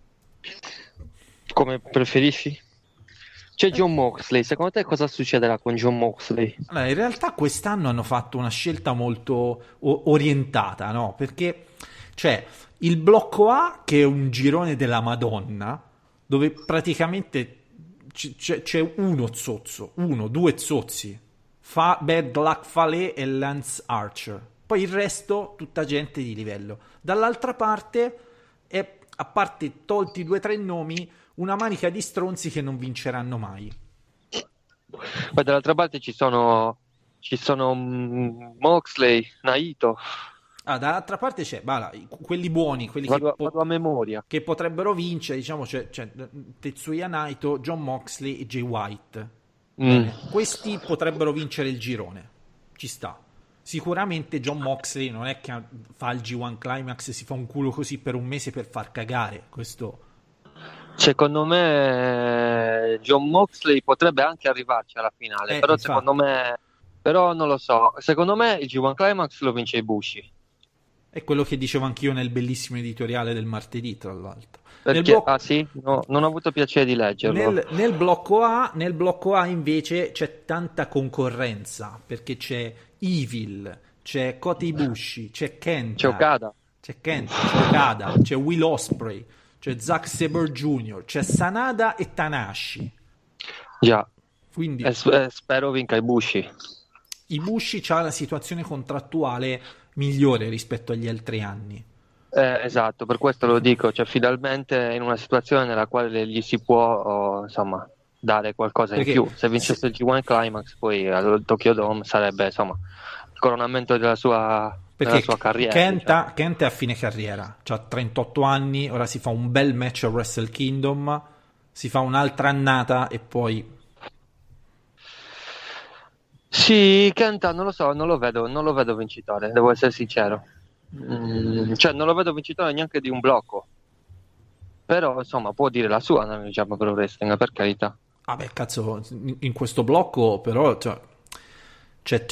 S6: Come preferisci? C'è John Moxley, secondo te cosa succederà con John Moxley?
S5: Allora, in realtà quest'anno hanno fatto una scelta molto orientata, no? Perché c'è il blocco A, che è un girone della Madonna, dove praticamente c'è due zozzi, Bad Luck Fale e Lance Archer. Poi il resto, tutta gente di livello. Dall'altra parte, a parte tolti 2 o 3 nomi, una manica di stronzi che non vinceranno mai.
S6: Poi dall'altra parte ci sono Moxley, Naito.
S5: Dall'altra parte c'è quelli buoni, quelli
S6: Vado a memoria.
S5: che potrebbero vincere, diciamo, c'è Tetsuya Naito, John Moxley e Jay White. Questi potrebbero vincere il girone, ci sta. Sicuramente John Moxley non è che fa il G1 Climax e si fa un culo così per un mese per far cagare, questo...
S6: Secondo me John Moxley potrebbe anche arrivarci alla finale, però
S5: infatti.
S6: secondo me, però non lo so, secondo me il G1 Climax lo vince Ibushi.
S5: È quello che dicevo anch'io nel bellissimo editoriale del martedì, tra l'altro.
S6: Perché, sì? No, non ho avuto piacere di leggerlo.
S5: Nel blocco A invece c'è tanta concorrenza, perché c'è Evil, c'è Kota Ibushi, c'è Kenta,
S6: C'è Okada,
S5: c'è Will Ospreay, c'è Zack Sabre Jr., c'è Sanada e Tanahashi.
S6: già,
S5: Quindi
S6: spero vinca Ibushi.
S5: Ibushi c'ha la situazione contrattuale migliore rispetto agli altri anni.
S6: Esatto, per questo lo dico, cioè finalmente in una situazione nella quale gli si può insomma dare qualcosa
S5: Perché
S6: in più. Se vincesse il G1 Climax poi al Tokyo Dome sarebbe insomma il coronamento della sua carriera.
S5: Kenta è a fine carriera, ha 38 anni, ora si fa un bel match a Wrestle Kingdom, si fa un'altra annata e poi...
S6: Sì, Kenta non lo so, non lo vedo vincitore, devo essere sincero. Cioè non lo vedo vincitore neanche di un blocco, però insomma può dire la sua nel Japan Pro Wrestling, per carità.
S5: Vabbè, cazzo, in questo blocco però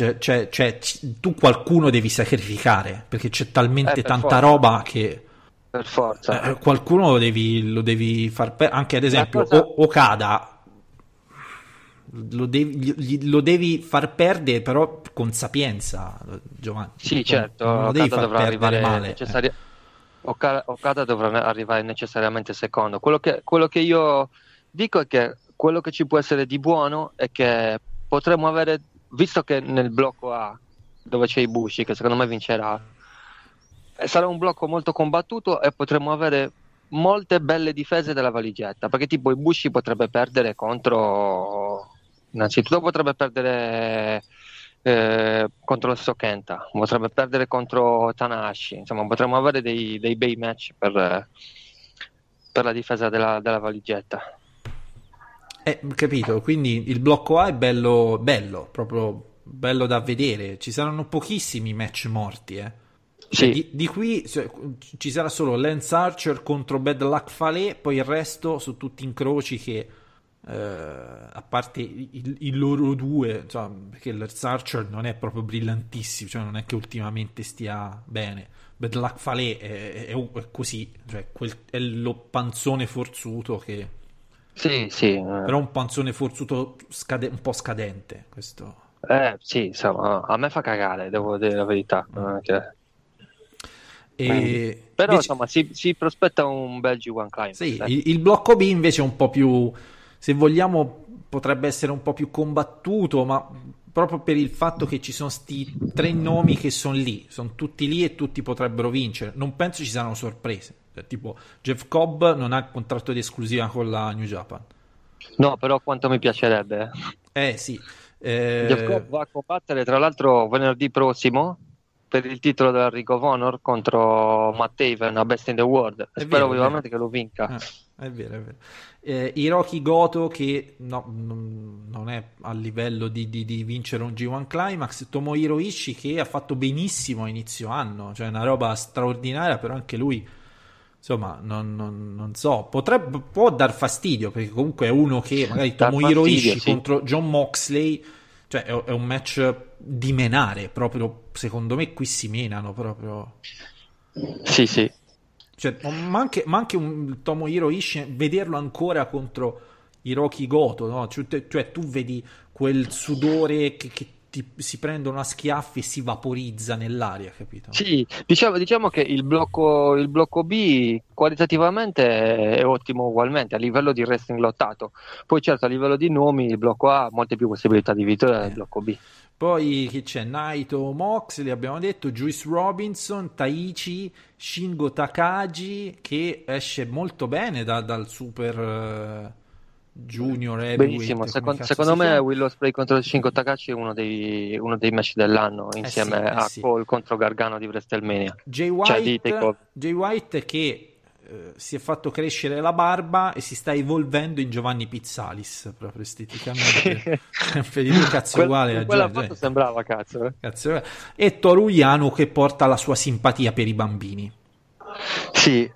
S5: tu qualcuno devi sacrificare, perché c'è talmente tanta
S6: forza.
S5: roba che...
S6: per forza.
S5: Qualcuno lo devi far perdere, anche ad esempio Okada lo devi far perdere, però con sapienza, Giovanni.
S6: Sì, certo,
S5: non lo devi
S6: Okada
S5: far
S6: dovrà
S5: perdere
S6: arrivare
S5: male.
S6: Okada dovrà arrivare necessariamente secondo. Quello che io dico è che quello che ci può essere di buono è che potremmo avere, visto che nel blocco A, dove c'è Ibushi, che secondo me vincerà, sarà un blocco molto combattuto e potremmo avere molte belle difese della valigetta, perché tipo Ibushi potrebbe perdere contro, innanzitutto potrebbe perdere contro il Kenta, potrebbe perdere contro Tanahashi, insomma potremmo avere dei bei match per la difesa della valigetta.
S5: Capito, quindi il blocco A è bello, proprio bello da vedere. Ci saranno pochissimi match morti,
S6: Sì.
S5: Di qui ci sarà solo Lance Archer contro Bad Luck Fale, poi il resto sono tutti incroci che a parte i loro due, cioè, perché Lance Archer non è proprio brillantissimo, cioè non è che ultimamente stia bene. Bad Luck Fale è così, cioè è lo panzone forzuto che
S6: Sì.
S5: però un panzone forzuto un po' scadente, questo.
S6: Sì, insomma, a me fa cagare, devo dire la verità. Però insomma si prospetta un bel G1 Climax.
S5: Sì, il blocco B invece è un po' più, se vogliamo, potrebbe essere un po' più combattuto, ma proprio per il fatto che ci sono sti 3 nomi che sono tutti lì e tutti potrebbero vincere. Non penso ci saranno sorprese. Tipo Jeff Cobb non ha il contratto di esclusiva con la New Japan.
S6: No, però quanto mi piacerebbe.
S5: Sì.
S6: Jeff Cobb va a combattere tra l'altro venerdì prossimo per il titolo della Ring of Honor contro Matt Taven a Best in the World. Spero vivamente che lo vinca.
S5: È vero. Hiroki Goto che non è a livello di vincere un G1 Climax. Tomohiro Ishii che ha fatto benissimo a inizio anno, cioè una roba straordinaria, però anche lui insomma non so, può dar fastidio, perché comunque è uno che magari Tomohiro Ishii contro John Moxley, cioè è un match di menare proprio, secondo me qui si menano proprio.
S6: Sì.
S5: Cioè, ma anche un Tomohiro Ishii, vederlo ancora contro Hiroki Goto, no? Cioè tu vedi quel sudore che si prendono a schiaffi e si vaporizza nell'aria, capito?
S6: Sì, diciamo che il blocco B qualitativamente è ottimo ugualmente a livello di wrestling lottato. Poi certo a livello di nomi il blocco A ha molte più possibilità di vittoria del blocco B.
S5: Poi chi c'è? Naito, Moxley, abbiamo detto, Juice Robinson, Taichi, Shingo Takagi, che esce molto bene dal super junior
S6: benissimo, secondo me Will Ospreay contro Shingo Takagi è uno dei match dell'anno insieme a Cole contro Gargano di WrestleMania.
S5: Jay White che si è fatto crescere la barba e si sta evolvendo in Giovanni Pizzalis proprio esteticamente. Cazzo uguale a
S6: quella foto sembrava cazzo.
S5: E Toru Yano che porta la sua simpatia per i bambini.
S6: Sì,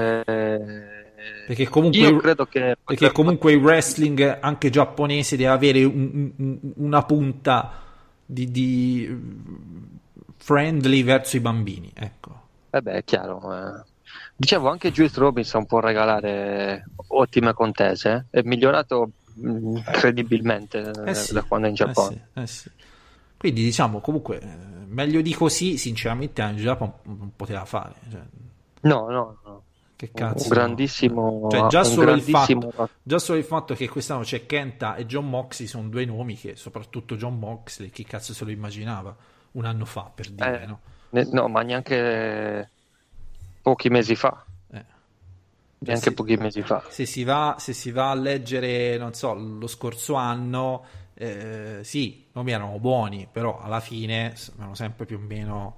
S5: perché comunque
S6: io credo che
S5: comunque il wrestling anche giapponese deve avere una punta di friendly verso i bambini, ecco.
S6: È chiaro. Dicevo, anche Juice Robinson può regalare ottime contese, è migliorato credibilmente da quando è in Giappone.
S5: Sì. Quindi diciamo comunque meglio di così sinceramente in Giappone non poteva fare, cioè.
S6: No.
S5: Che cazzo,
S6: un grandissimo,
S5: cioè, già solo il fatto che quest'anno c'è Kenta e John Moxley sono 2 nomi che, soprattutto John Moxley, chi cazzo se lo immaginava un anno fa, per dire, no?
S6: No, ma neanche pochi mesi fa. Pochi mesi fa. Se si va
S5: a leggere, non so, lo scorso anno, sì, nomi erano buoni, però alla fine erano sempre più o meno.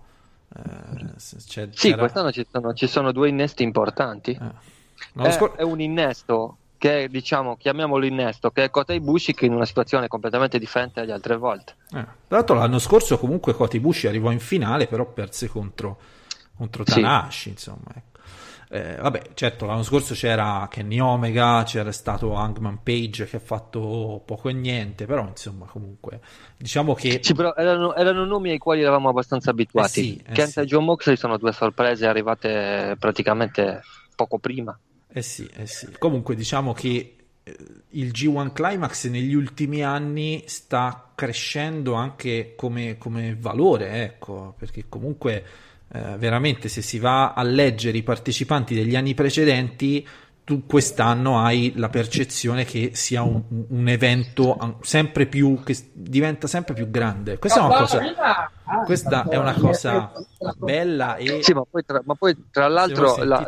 S6: Quest'anno ci sono 2 innesti importanti. È un innesto che chiamiamolo innesto, che è Kota Ibushi, che in una situazione completamente differente dalle altre volte.
S5: Tra l'altro l'anno scorso comunque Kota Ibushi arrivò in finale, però perse contro Tanahashi, insomma, ecco. Vabbè, certo, l'anno scorso c'era Kenny Omega, c'era stato Hangman Page che ha fatto poco e niente, però insomma comunque diciamo che...
S6: Sì, però erano nomi ai quali eravamo abbastanza abituati. Kent e John Moxley sono due sorprese arrivate praticamente poco prima.
S5: Sì. Comunque diciamo che il G1 Climax negli ultimi anni sta crescendo anche come valore, ecco, perché comunque veramente se si va a leggere i partecipanti degli anni precedenti, tu quest'anno hai la percezione che sia un evento sempre più, che diventa sempre più grande. Questa è una cosa bella e...
S6: Sì, ma poi tra l'altro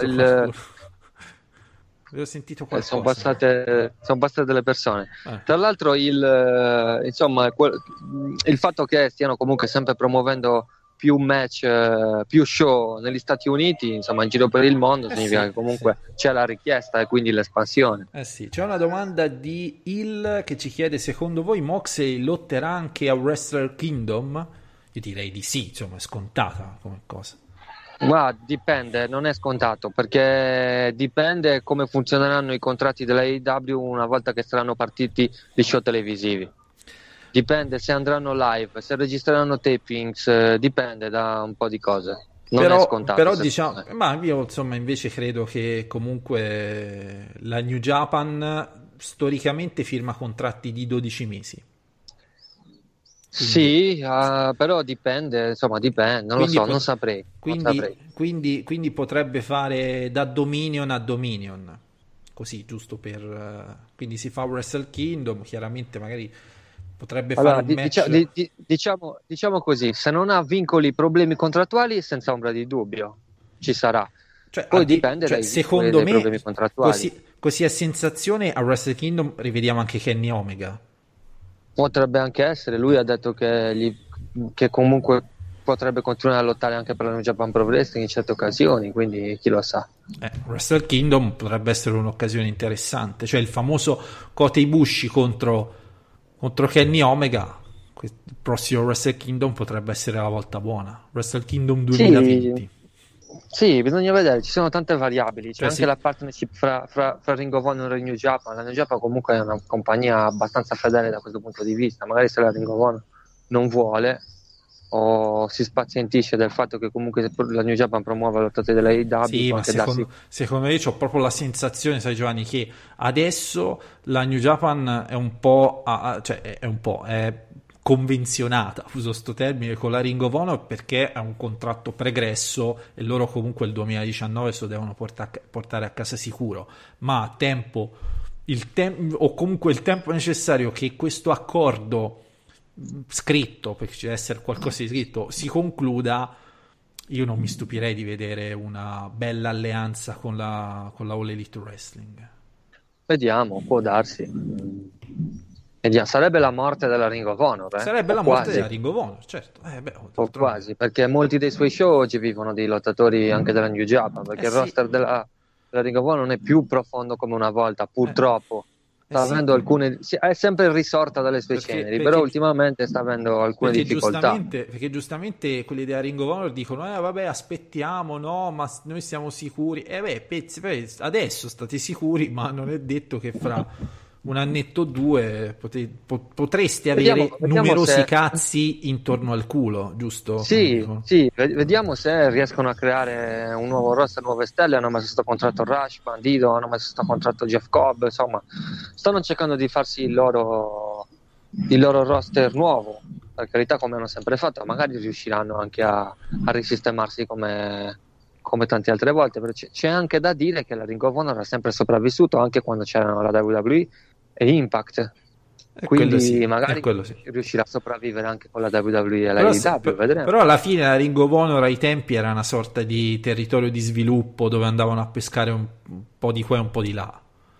S5: ho sentito qualcosa.
S6: Sono passate delle persone. Tra l'altro insomma, il fatto che stiano comunque sempre promuovendo più match, più show negli Stati Uniti, insomma in giro per il mondo, significa che comunque c'è la richiesta e quindi l'espansione.
S5: Sì. C'è una domanda di Il che ci chiede: secondo voi Moxley lotterà anche a Wrestler Kingdom? Io direi di sì, insomma è scontata come cosa.
S6: Ma dipende, non è scontato, perché dipende come funzioneranno i contratti della AEW una volta che saranno partiti gli show televisivi. Dipende se andranno live, se registreranno tapings, dipende da un po' di cose. Non è scontato.
S5: Però diciamo, ma io insomma invece credo che comunque la New Japan storicamente firma contratti di 12 mesi.
S6: Quindi, sì, però dipende, non lo so, non saprei.
S5: Quindi potrebbe fare da Dominion a Dominion, così giusto quindi si fa Wrestle Kingdom, chiaramente magari potrebbe fare un match.
S6: Diciamo così, se non ha vincoli, problemi contrattuali, senza ombra di dubbio ci sarà. Poi dipende dai problemi contrattuali.
S5: Così a sensazione a Wrestle Kingdom rivediamo anche Kenny Omega.
S6: Potrebbe anche essere, lui ha detto che comunque potrebbe continuare a lottare anche per la New Japan Pro Wrestling in certe occasioni, quindi chi lo sa.
S5: Wrestle Kingdom potrebbe essere un'occasione interessante, cioè il famoso Kota Ibushi contro Kenny Omega. Il prossimo Wrestle Kingdom potrebbe essere la volta buona. Wrestle Kingdom 2020.
S6: Sì, bisogna vedere, ci sono tante variabili, c'è anche la partnership fra Ring of Honor e New Japan. La New Japan comunque è una compagnia abbastanza fedele da questo punto di vista, magari se la Ring of Honor non vuole o si spazientisce del fatto che comunque la New Japan promuove le lottate della AEW.
S5: Sì, ma secondo me ho proprio la sensazione, sai Giovanni, che adesso la New Japan è un po' è convenzionata, uso sto termine, con la Ring of Honor perché è un contratto pregresso e loro comunque il 2019 se lo devono portare a casa sicuro, ma a tempo o comunque il tempo necessario che questo accordo scritto, perché ci deve essere qualcosa di scritto, si concluda, io non mi stupirei di vedere una bella alleanza con la All Elite Wrestling.
S6: Vediamo, può darsi. Sarebbe la morte della Ring of Honor,
S5: Sarebbe la morte della Ring of Honor, certo.
S6: O quasi, perché molti dei suoi show oggi vivono di lottatori anche della New Japan, perché il roster della Ring of Honor non è più profondo come una volta, purtroppo. Sta avendo alcune, è sempre risorta dalle sue ceneri, però ultimamente sta avendo alcune difficoltà.
S5: Perché giustamente quelli della Ring of Honor dicono vabbè, aspettiamo, no, ma noi siamo sicuri. Adesso state sicuri, ma non è detto che fra un annetto o due potreste avere numerosi cazzi intorno al culo, giusto?
S6: Sì, vediamo se riescono a creare un nuovo roster, nuove stelle. Hanno messo sto contratto Rush, Bandito, hanno messo sto contratto Jeff Cobb, insomma stanno cercando di farsi il loro roster nuovo, per carità, come hanno sempre fatto. Magari riusciranno anche a risistemarsi come tante altre volte, però c'è anche da dire che la Ring of Honor ha sempre sopravvissuto anche quando c'erano la WWE e Impact, quindi magari riuscirà a sopravvivere anche con la WWE e la AEW, vedremo.
S5: Però alla fine la Ring of Honor ai tempi era una sorta di territorio di sviluppo dove andavano a pescare un po' di qua e un po' di là.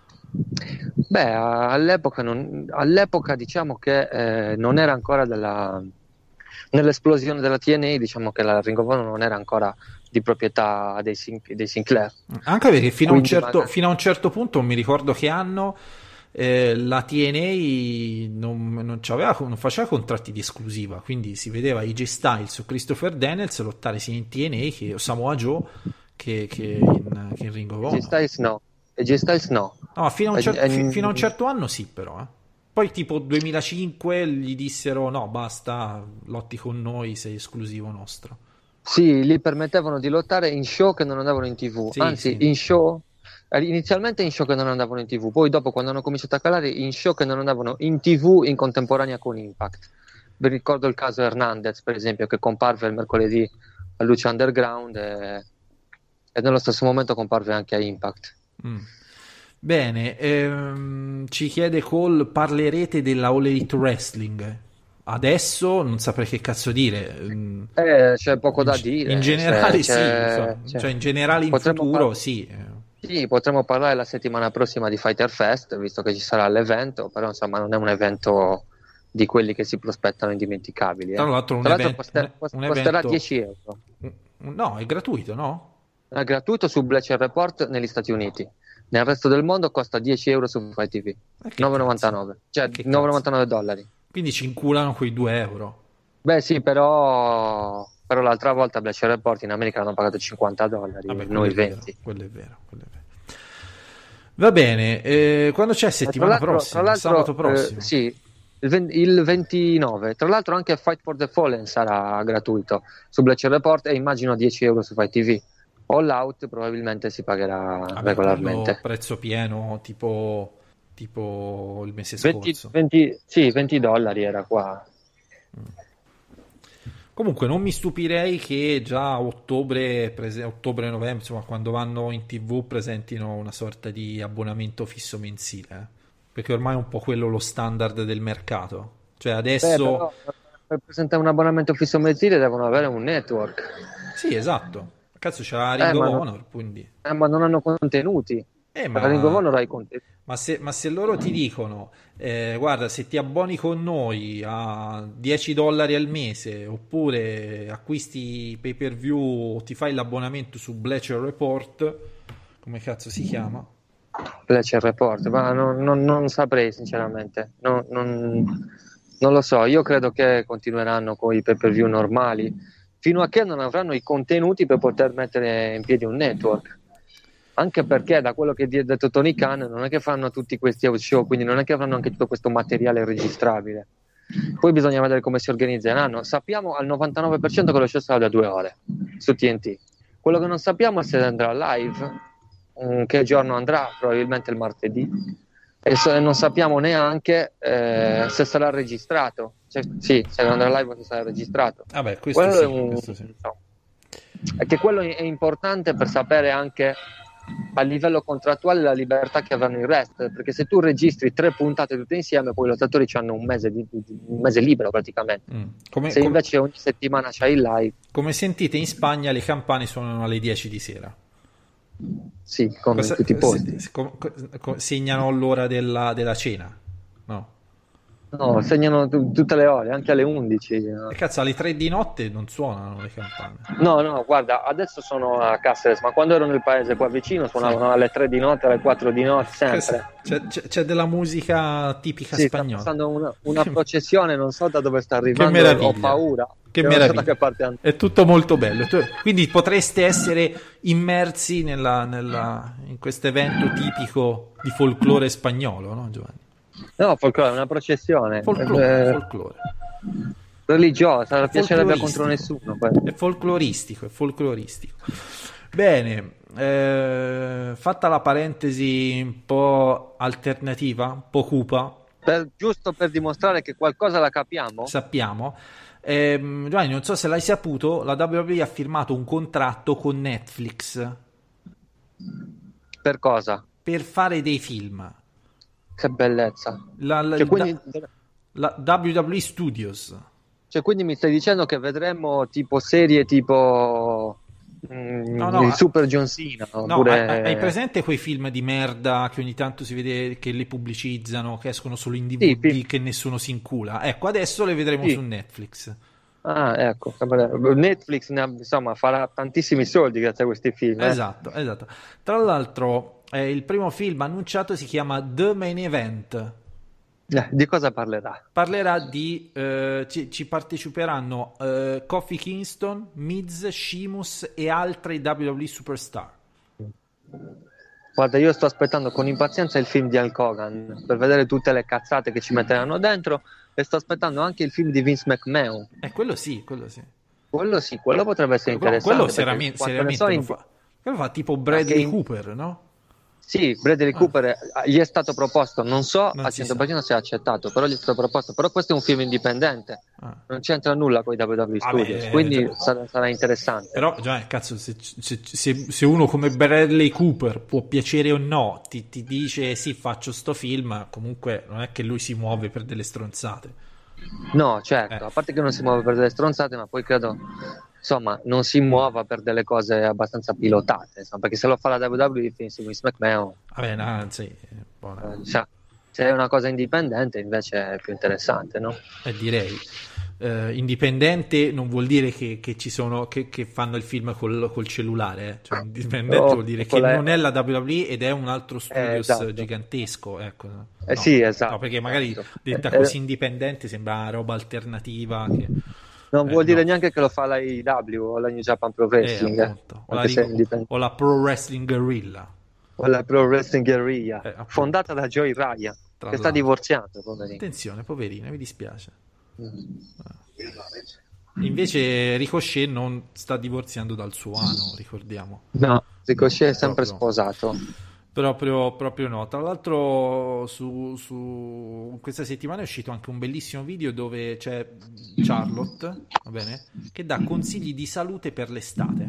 S6: All'epoca diciamo che non era ancora nell'esplosione della TNA, diciamo che la Ring of Honor non era ancora di proprietà dei Sinclair,
S5: anche perché fino a un certo punto non mi ricordo che anno la TNA non faceva contratti di esclusiva, quindi si vedeva AJ Styles o Christopher Daniels lottare sia in TNA che Samoa Joe che in Ring of Honor.
S6: AJ Styles no. AJ Styles no.
S5: No, fino a un certo anno sì, però. Poi tipo 2005 gli dissero no, basta, lotti con noi, sei esclusivo nostro.
S6: Sì, gli permettevano di lottare in show che non andavano in TV.
S5: Sì,
S6: Anzi,
S5: sì.
S6: in show, inizialmente in show che non andavano in TV, poi dopo quando hanno cominciato a calare in show che non andavano in TV in contemporanea con Impact. Vi ricordo il caso Hernandez, per esempio, che comparve il mercoledì a Lucha Underground e nello stesso momento comparve anche a Impact.
S5: Bene, ci chiede Cole, parlerete della All Elite Wrestling? Adesso non saprei che cazzo dire.
S6: C'è poco da dire.
S5: In generale
S6: c'è-
S5: cioè in generale in
S6: potremmo
S5: futuro
S6: par-
S5: sì.
S6: Sì, potremmo parlare la settimana prossima di Fighter Fest, visto che ci sarà l'evento, però insomma non è un evento di quelli che si prospettano indimenticabili.
S5: Tra l'altro
S6: Costerà
S5: evento...
S6: 10 euro.
S5: No, è gratuito, no?
S6: È gratuito su Bleacher Report negli Stati Uniti. Nel resto del mondo costa 10 euro su Fight TV.
S5: Che
S6: 9,99. Cioè
S5: Che
S6: 9,99 dollari.
S5: Quindi ci inculano quei 2 euro.
S6: Beh sì, però l'altra volta Bleacher Report in America hanno pagato 50 dollari,
S5: Vabbè,
S6: noi
S5: quello è
S6: 20.
S5: vero, quello è vero. Va bene, quando c'è settimana prossima? Sabato prossimo?
S6: Sì, il 29. Tra l'altro anche Fight for the Fallen sarà gratuito su Bleacher Report e immagino 10 euro su Fight TV. All Out probabilmente si pagherà
S5: Vabbè,
S6: regolarmente.
S5: quello prezzo pieno tipo il mese scorso.
S6: 20 dollari era qua.
S5: Comunque non mi stupirei che già a ottobre-novembre, insomma, quando vanno in TV presentino una sorta di abbonamento fisso mensile, perché ormai è un po' quello lo standard del mercato. Cioè adesso...
S6: Però, per presentare un abbonamento fisso mensile devono avere un network.
S5: Sì, esatto. Cazzo, c'è la Ring of Honor, quindi...
S6: Ma non hanno contenuti. La Ring of Honor ha i contenuti.
S5: Ma se loro ti dicono guarda, se ti abboni con noi a 10 dollari al mese oppure acquisti pay per view o ti fai l'abbonamento su Bleacher Report, come cazzo si chiama?
S6: Bleacher Report, ma non saprei sinceramente, non lo so. Io credo che continueranno con i pay per view normali fino a che non avranno i contenuti per poter mettere in piedi un network. Anche perché da quello che ha detto Tony Khan non è che fanno tutti questi house show, quindi non è che avranno anche tutto questo materiale registrabile. Poi bisogna vedere come si organizzeranno. Sappiamo al 99% che lo show sarà da 2 ore su TNT. Quello che non sappiamo è se andrà live, che giorno andrà, probabilmente il martedì, e non sappiamo neanche se sarà registrato. Cioè, sì, se andrà live o se sarà registrato.
S5: Vabbè, questo sì.
S6: È che quello è importante per sapere anche a livello contrattuale la libertà che avranno il rest, perché se tu registri 3 puntate tutte insieme poi i lottatori hanno un mese libero praticamente. Se invece ogni settimana c'hai il live,
S5: come sentite in Spagna le campane suonano alle 10 di sera.
S6: Sì, come in tutti i posti.
S5: Segnano l'ora della cena, no?
S6: No, segnano tutte le ore, anche alle 11. No?
S5: E cazzo, alle 3 di notte non suonano le campane.
S6: No, guarda, adesso sono a Caceres, ma quando ero nel paese qua vicino suonavano alle 3 di notte, alle 4 di notte, sempre.
S5: C'è della musica tipica spagnola.
S6: Sta passando una processione, non so da dove sta arrivando,
S5: che meraviglia.
S6: Ho paura.
S5: Che meraviglia. Che parte è tutto molto bello. Quindi potreste essere immersi in questo evento tipico di folklore spagnolo, no Giovanni?
S6: No, folklore, è una processione.
S5: Folklore.
S6: Religiosa, non piacerebbe contro nessuno.
S5: È folcloristico. Bene, fatta la parentesi un po' alternativa, un po' cupa.
S6: Giusto per dimostrare che qualcosa la capiamo.
S5: Sappiamo. Giovanni, non so se l'hai saputo, la WWE ha firmato un contratto con Netflix.
S6: Per cosa?
S5: Per fare dei film.
S6: Che bellezza.
S5: La WWE Studios.
S6: Cioè, quindi mi stai dicendo che vedremo tipo serie tipo il Super John Cena? Oppure...
S5: Hai presente quei film di merda che ogni tanto si vede che li pubblicizzano, che escono solo in DVD, sì, che nessuno si incula? Ecco, adesso le vedremo su Netflix.
S6: Ah, ecco. Netflix insomma farà tantissimi soldi grazie a questi film.
S5: Esatto. Tra l'altro il primo film annunciato si chiama The Main Event.
S6: Di cosa parlerà?
S5: Parlerà di ci parteciperanno Kofi Kingston, Miz, Sheamus e altri WWE superstar.
S6: Guarda, io sto aspettando con impazienza il film di Hulk Hogan per vedere tutte le cazzate che ci metteranno dentro, e sto aspettando anche il film di Vince McMahon.
S5: Quello sì, quello sì.
S6: Quello potrebbe essere interessante.
S5: Quello seriamente quello fa tipo Bradley Cooper, no?
S6: Sì, Bradley Cooper gli è stato proposto, non so
S5: Non
S6: al
S5: si
S6: 100% se ha accettato, però gli è stato proposto. Però questo è un film indipendente, non c'entra nulla con i WWE Studios, quindi sarà interessante.
S5: Però, cazzo, se uno come Bradley Cooper, può piacere o no, ti dice sì, faccio sto film, comunque non è che lui si muove per delle stronzate.
S6: No, certo, a parte che non si muove per delle stronzate, ma poi credo, insomma, non si muova per delle cose abbastanza pilotate, insomma, perché se lo fa la WWE, Vince McMahon,
S5: vabbè, no, sì,
S6: se è una cosa indipendente invece è più interessante, no?
S5: Direi indipendente non vuol dire che ci sono che fanno il film col cellulare, cioè indipendente vuol dire che non è la WWE ed è un altro studios
S6: esatto.
S5: gigantesco, ecco.
S6: Sì, esatto.
S5: No, perché magari detta così indipendente sembra una roba alternativa che
S6: non vuol dire neanche che lo fa la AEW o la New Japan Pro Wrestling,
S5: o la Pro Wrestling Guerrilla,
S6: o la Pro Wrestling Guerrilla, fondata da Joey Ryan, che sta divorziando, poverino.
S5: Attenzione, poverino, mi dispiace. Invece Ricochet non sta divorziando dal suo ano, ricordiamo.
S6: No, Ricochet è sempre sposato.
S5: Proprio no. Tra l'altro su questa settimana è uscito anche un bellissimo video dove c'è Charlotte, va bene, che dà consigli di salute per l'estate.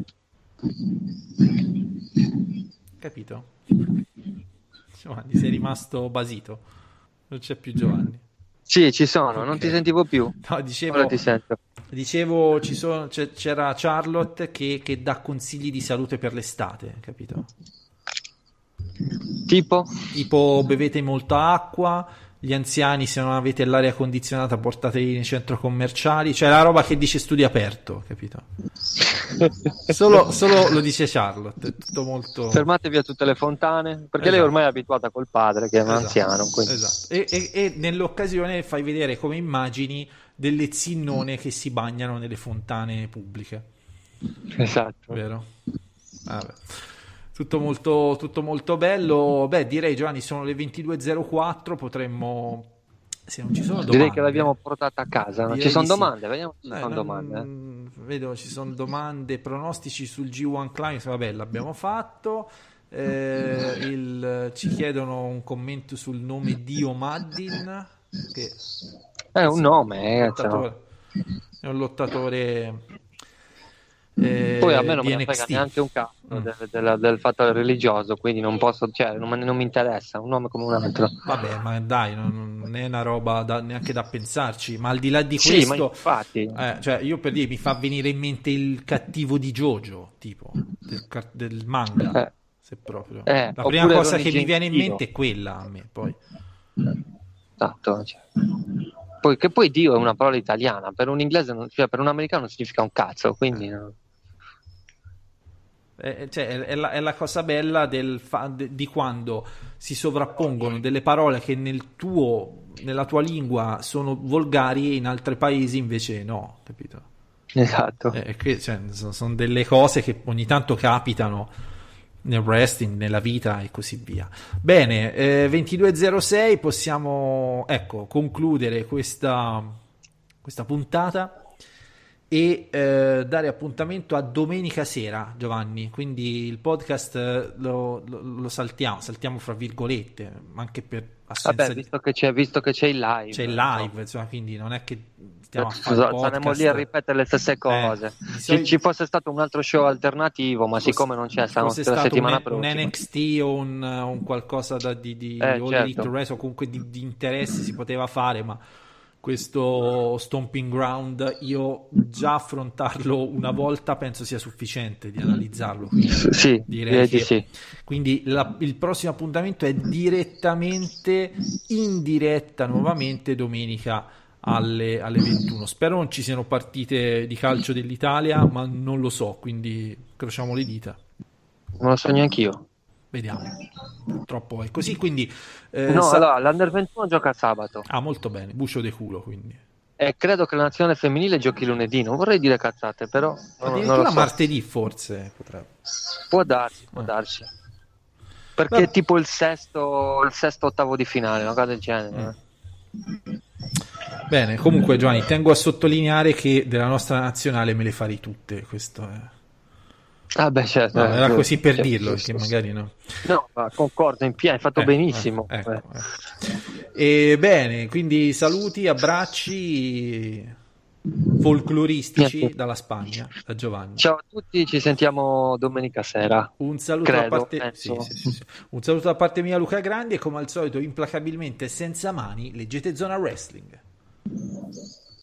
S5: Capito? Giovanni, sei rimasto basito. Non c'è più Giovanni.
S6: Sì, ci sono, non ti sentivo più.
S5: No, dicevo,
S6: ora ti sento.
S5: Dicevo, c'era Charlotte che dà consigli di salute per l'estate, capito? Tipo bevete molta acqua, gli anziani se non avete l'aria condizionata portateli nei centri commerciali, cioè la roba che dice studio aperto, capito? Solo lo dice Charlotte, è tutto molto...
S6: Fermatevi a tutte le fontane, perché lei ormai è abituata col padre che è un anziano. Quindi...
S5: Esatto. E nell'occasione fai vedere come immagini delle zinnone che si bagnano nelle fontane pubbliche.
S6: Esatto.
S5: Vero? Vabbè. Tutto molto bello. Beh, direi, Giovanni, sono le 22.04, potremmo... Se non ci sono domande...
S6: Direi che l'abbiamo portata a casa. Non ci sono domande? Vediamo se ci sono domande.
S5: Vedo, ci sono domande, pronostici sul G1 Climax, vabbè, l'abbiamo fatto. Ci chiedono un commento sul nome Dio Maddin, che
S6: è un nome,
S5: è un lottatore...
S6: Poi a me non me ne frega
S5: NXT.
S6: neanche un cazzo del fatto religioso, quindi non posso, cioè non mi interessa, un nome come un altro.
S5: Vabbè, ma dai, non è una roba neanche da pensarci, ma al di là di
S6: Sì,
S5: questo,
S6: ma infatti.
S5: cioè io per dire mi fa venire in mente il cattivo di JoJo, tipo del manga, se proprio. La prima cosa che mi viene in mente è quella, a me, poi.
S6: Esatto, cioè. Poi Dio è una parola italiana, per un inglese, cioè per un americano non significa un cazzo, quindi
S5: cioè, è la cosa bella di quando si sovrappongono delle parole che nella tua lingua sono volgari e in altri paesi invece no, capito?
S6: Esatto.
S5: Cioè, sono delle cose che ogni tanto capitano nel wrestling, nella vita e così via. Bene, 22.06 possiamo concludere questa puntata e dare appuntamento a domenica sera, Giovanni, quindi il podcast lo saltiamo fra virgolette, anche per assenza.
S6: Vabbè, visto che c'è il live,
S5: c'è il live, insomma, quindi non è che stiamo a fare
S6: saremo lì a ripetere le stesse cose. Ci fosse stato un altro show alternativo, ma siccome non c'è, sarà la settimana prossima.
S5: Un NXT o un qualcosa di All Elite Wrestling, o comunque di interesse si poteva fare, ma questo Stomping Ground io già affrontarlo una volta penso sia sufficiente di analizzarlo, quindi
S6: sì, direi che sì.
S5: Quindi il prossimo appuntamento è direttamente in diretta nuovamente domenica alle 21. Spero non ci siano partite di calcio dell'Italia, ma non lo so, quindi crociamo le dita.
S6: Non lo so neanche io.
S5: Vediamo. Purtroppo è così, quindi...
S6: allora, l'Under 21 gioca sabato.
S5: Ah, molto bene, bucio de culo, quindi.
S6: E credo che la nazionale femminile giochi lunedì, non vorrei dire cazzate, però non lo so.
S5: Martedì forse potrebbe.
S6: Può darsi. Perché è tipo il sesto ottavo di finale, una cosa del genere.
S5: Bene, comunque Giovanni, tengo a sottolineare che della nostra nazionale me le farei tutte, questo è...
S6: Ah beh, certo.
S5: No, era così per
S6: certo,
S5: dirlo,
S6: sì,
S5: perché magari no.
S6: No, ma concordo in pieno, hai fatto benissimo.
S5: Ecco. E bene, quindi saluti, abbracci folcloristici
S6: Niente.
S5: dalla Spagna, da Giovanni.
S6: Ciao a tutti, ci sentiamo domenica sera.
S5: Un saluto
S6: Credo,
S5: da parte
S6: penso.
S5: sì. Un saluto da parte mia, Luca Grandi, e come al solito implacabilmente senza mani leggete Zona Wrestling.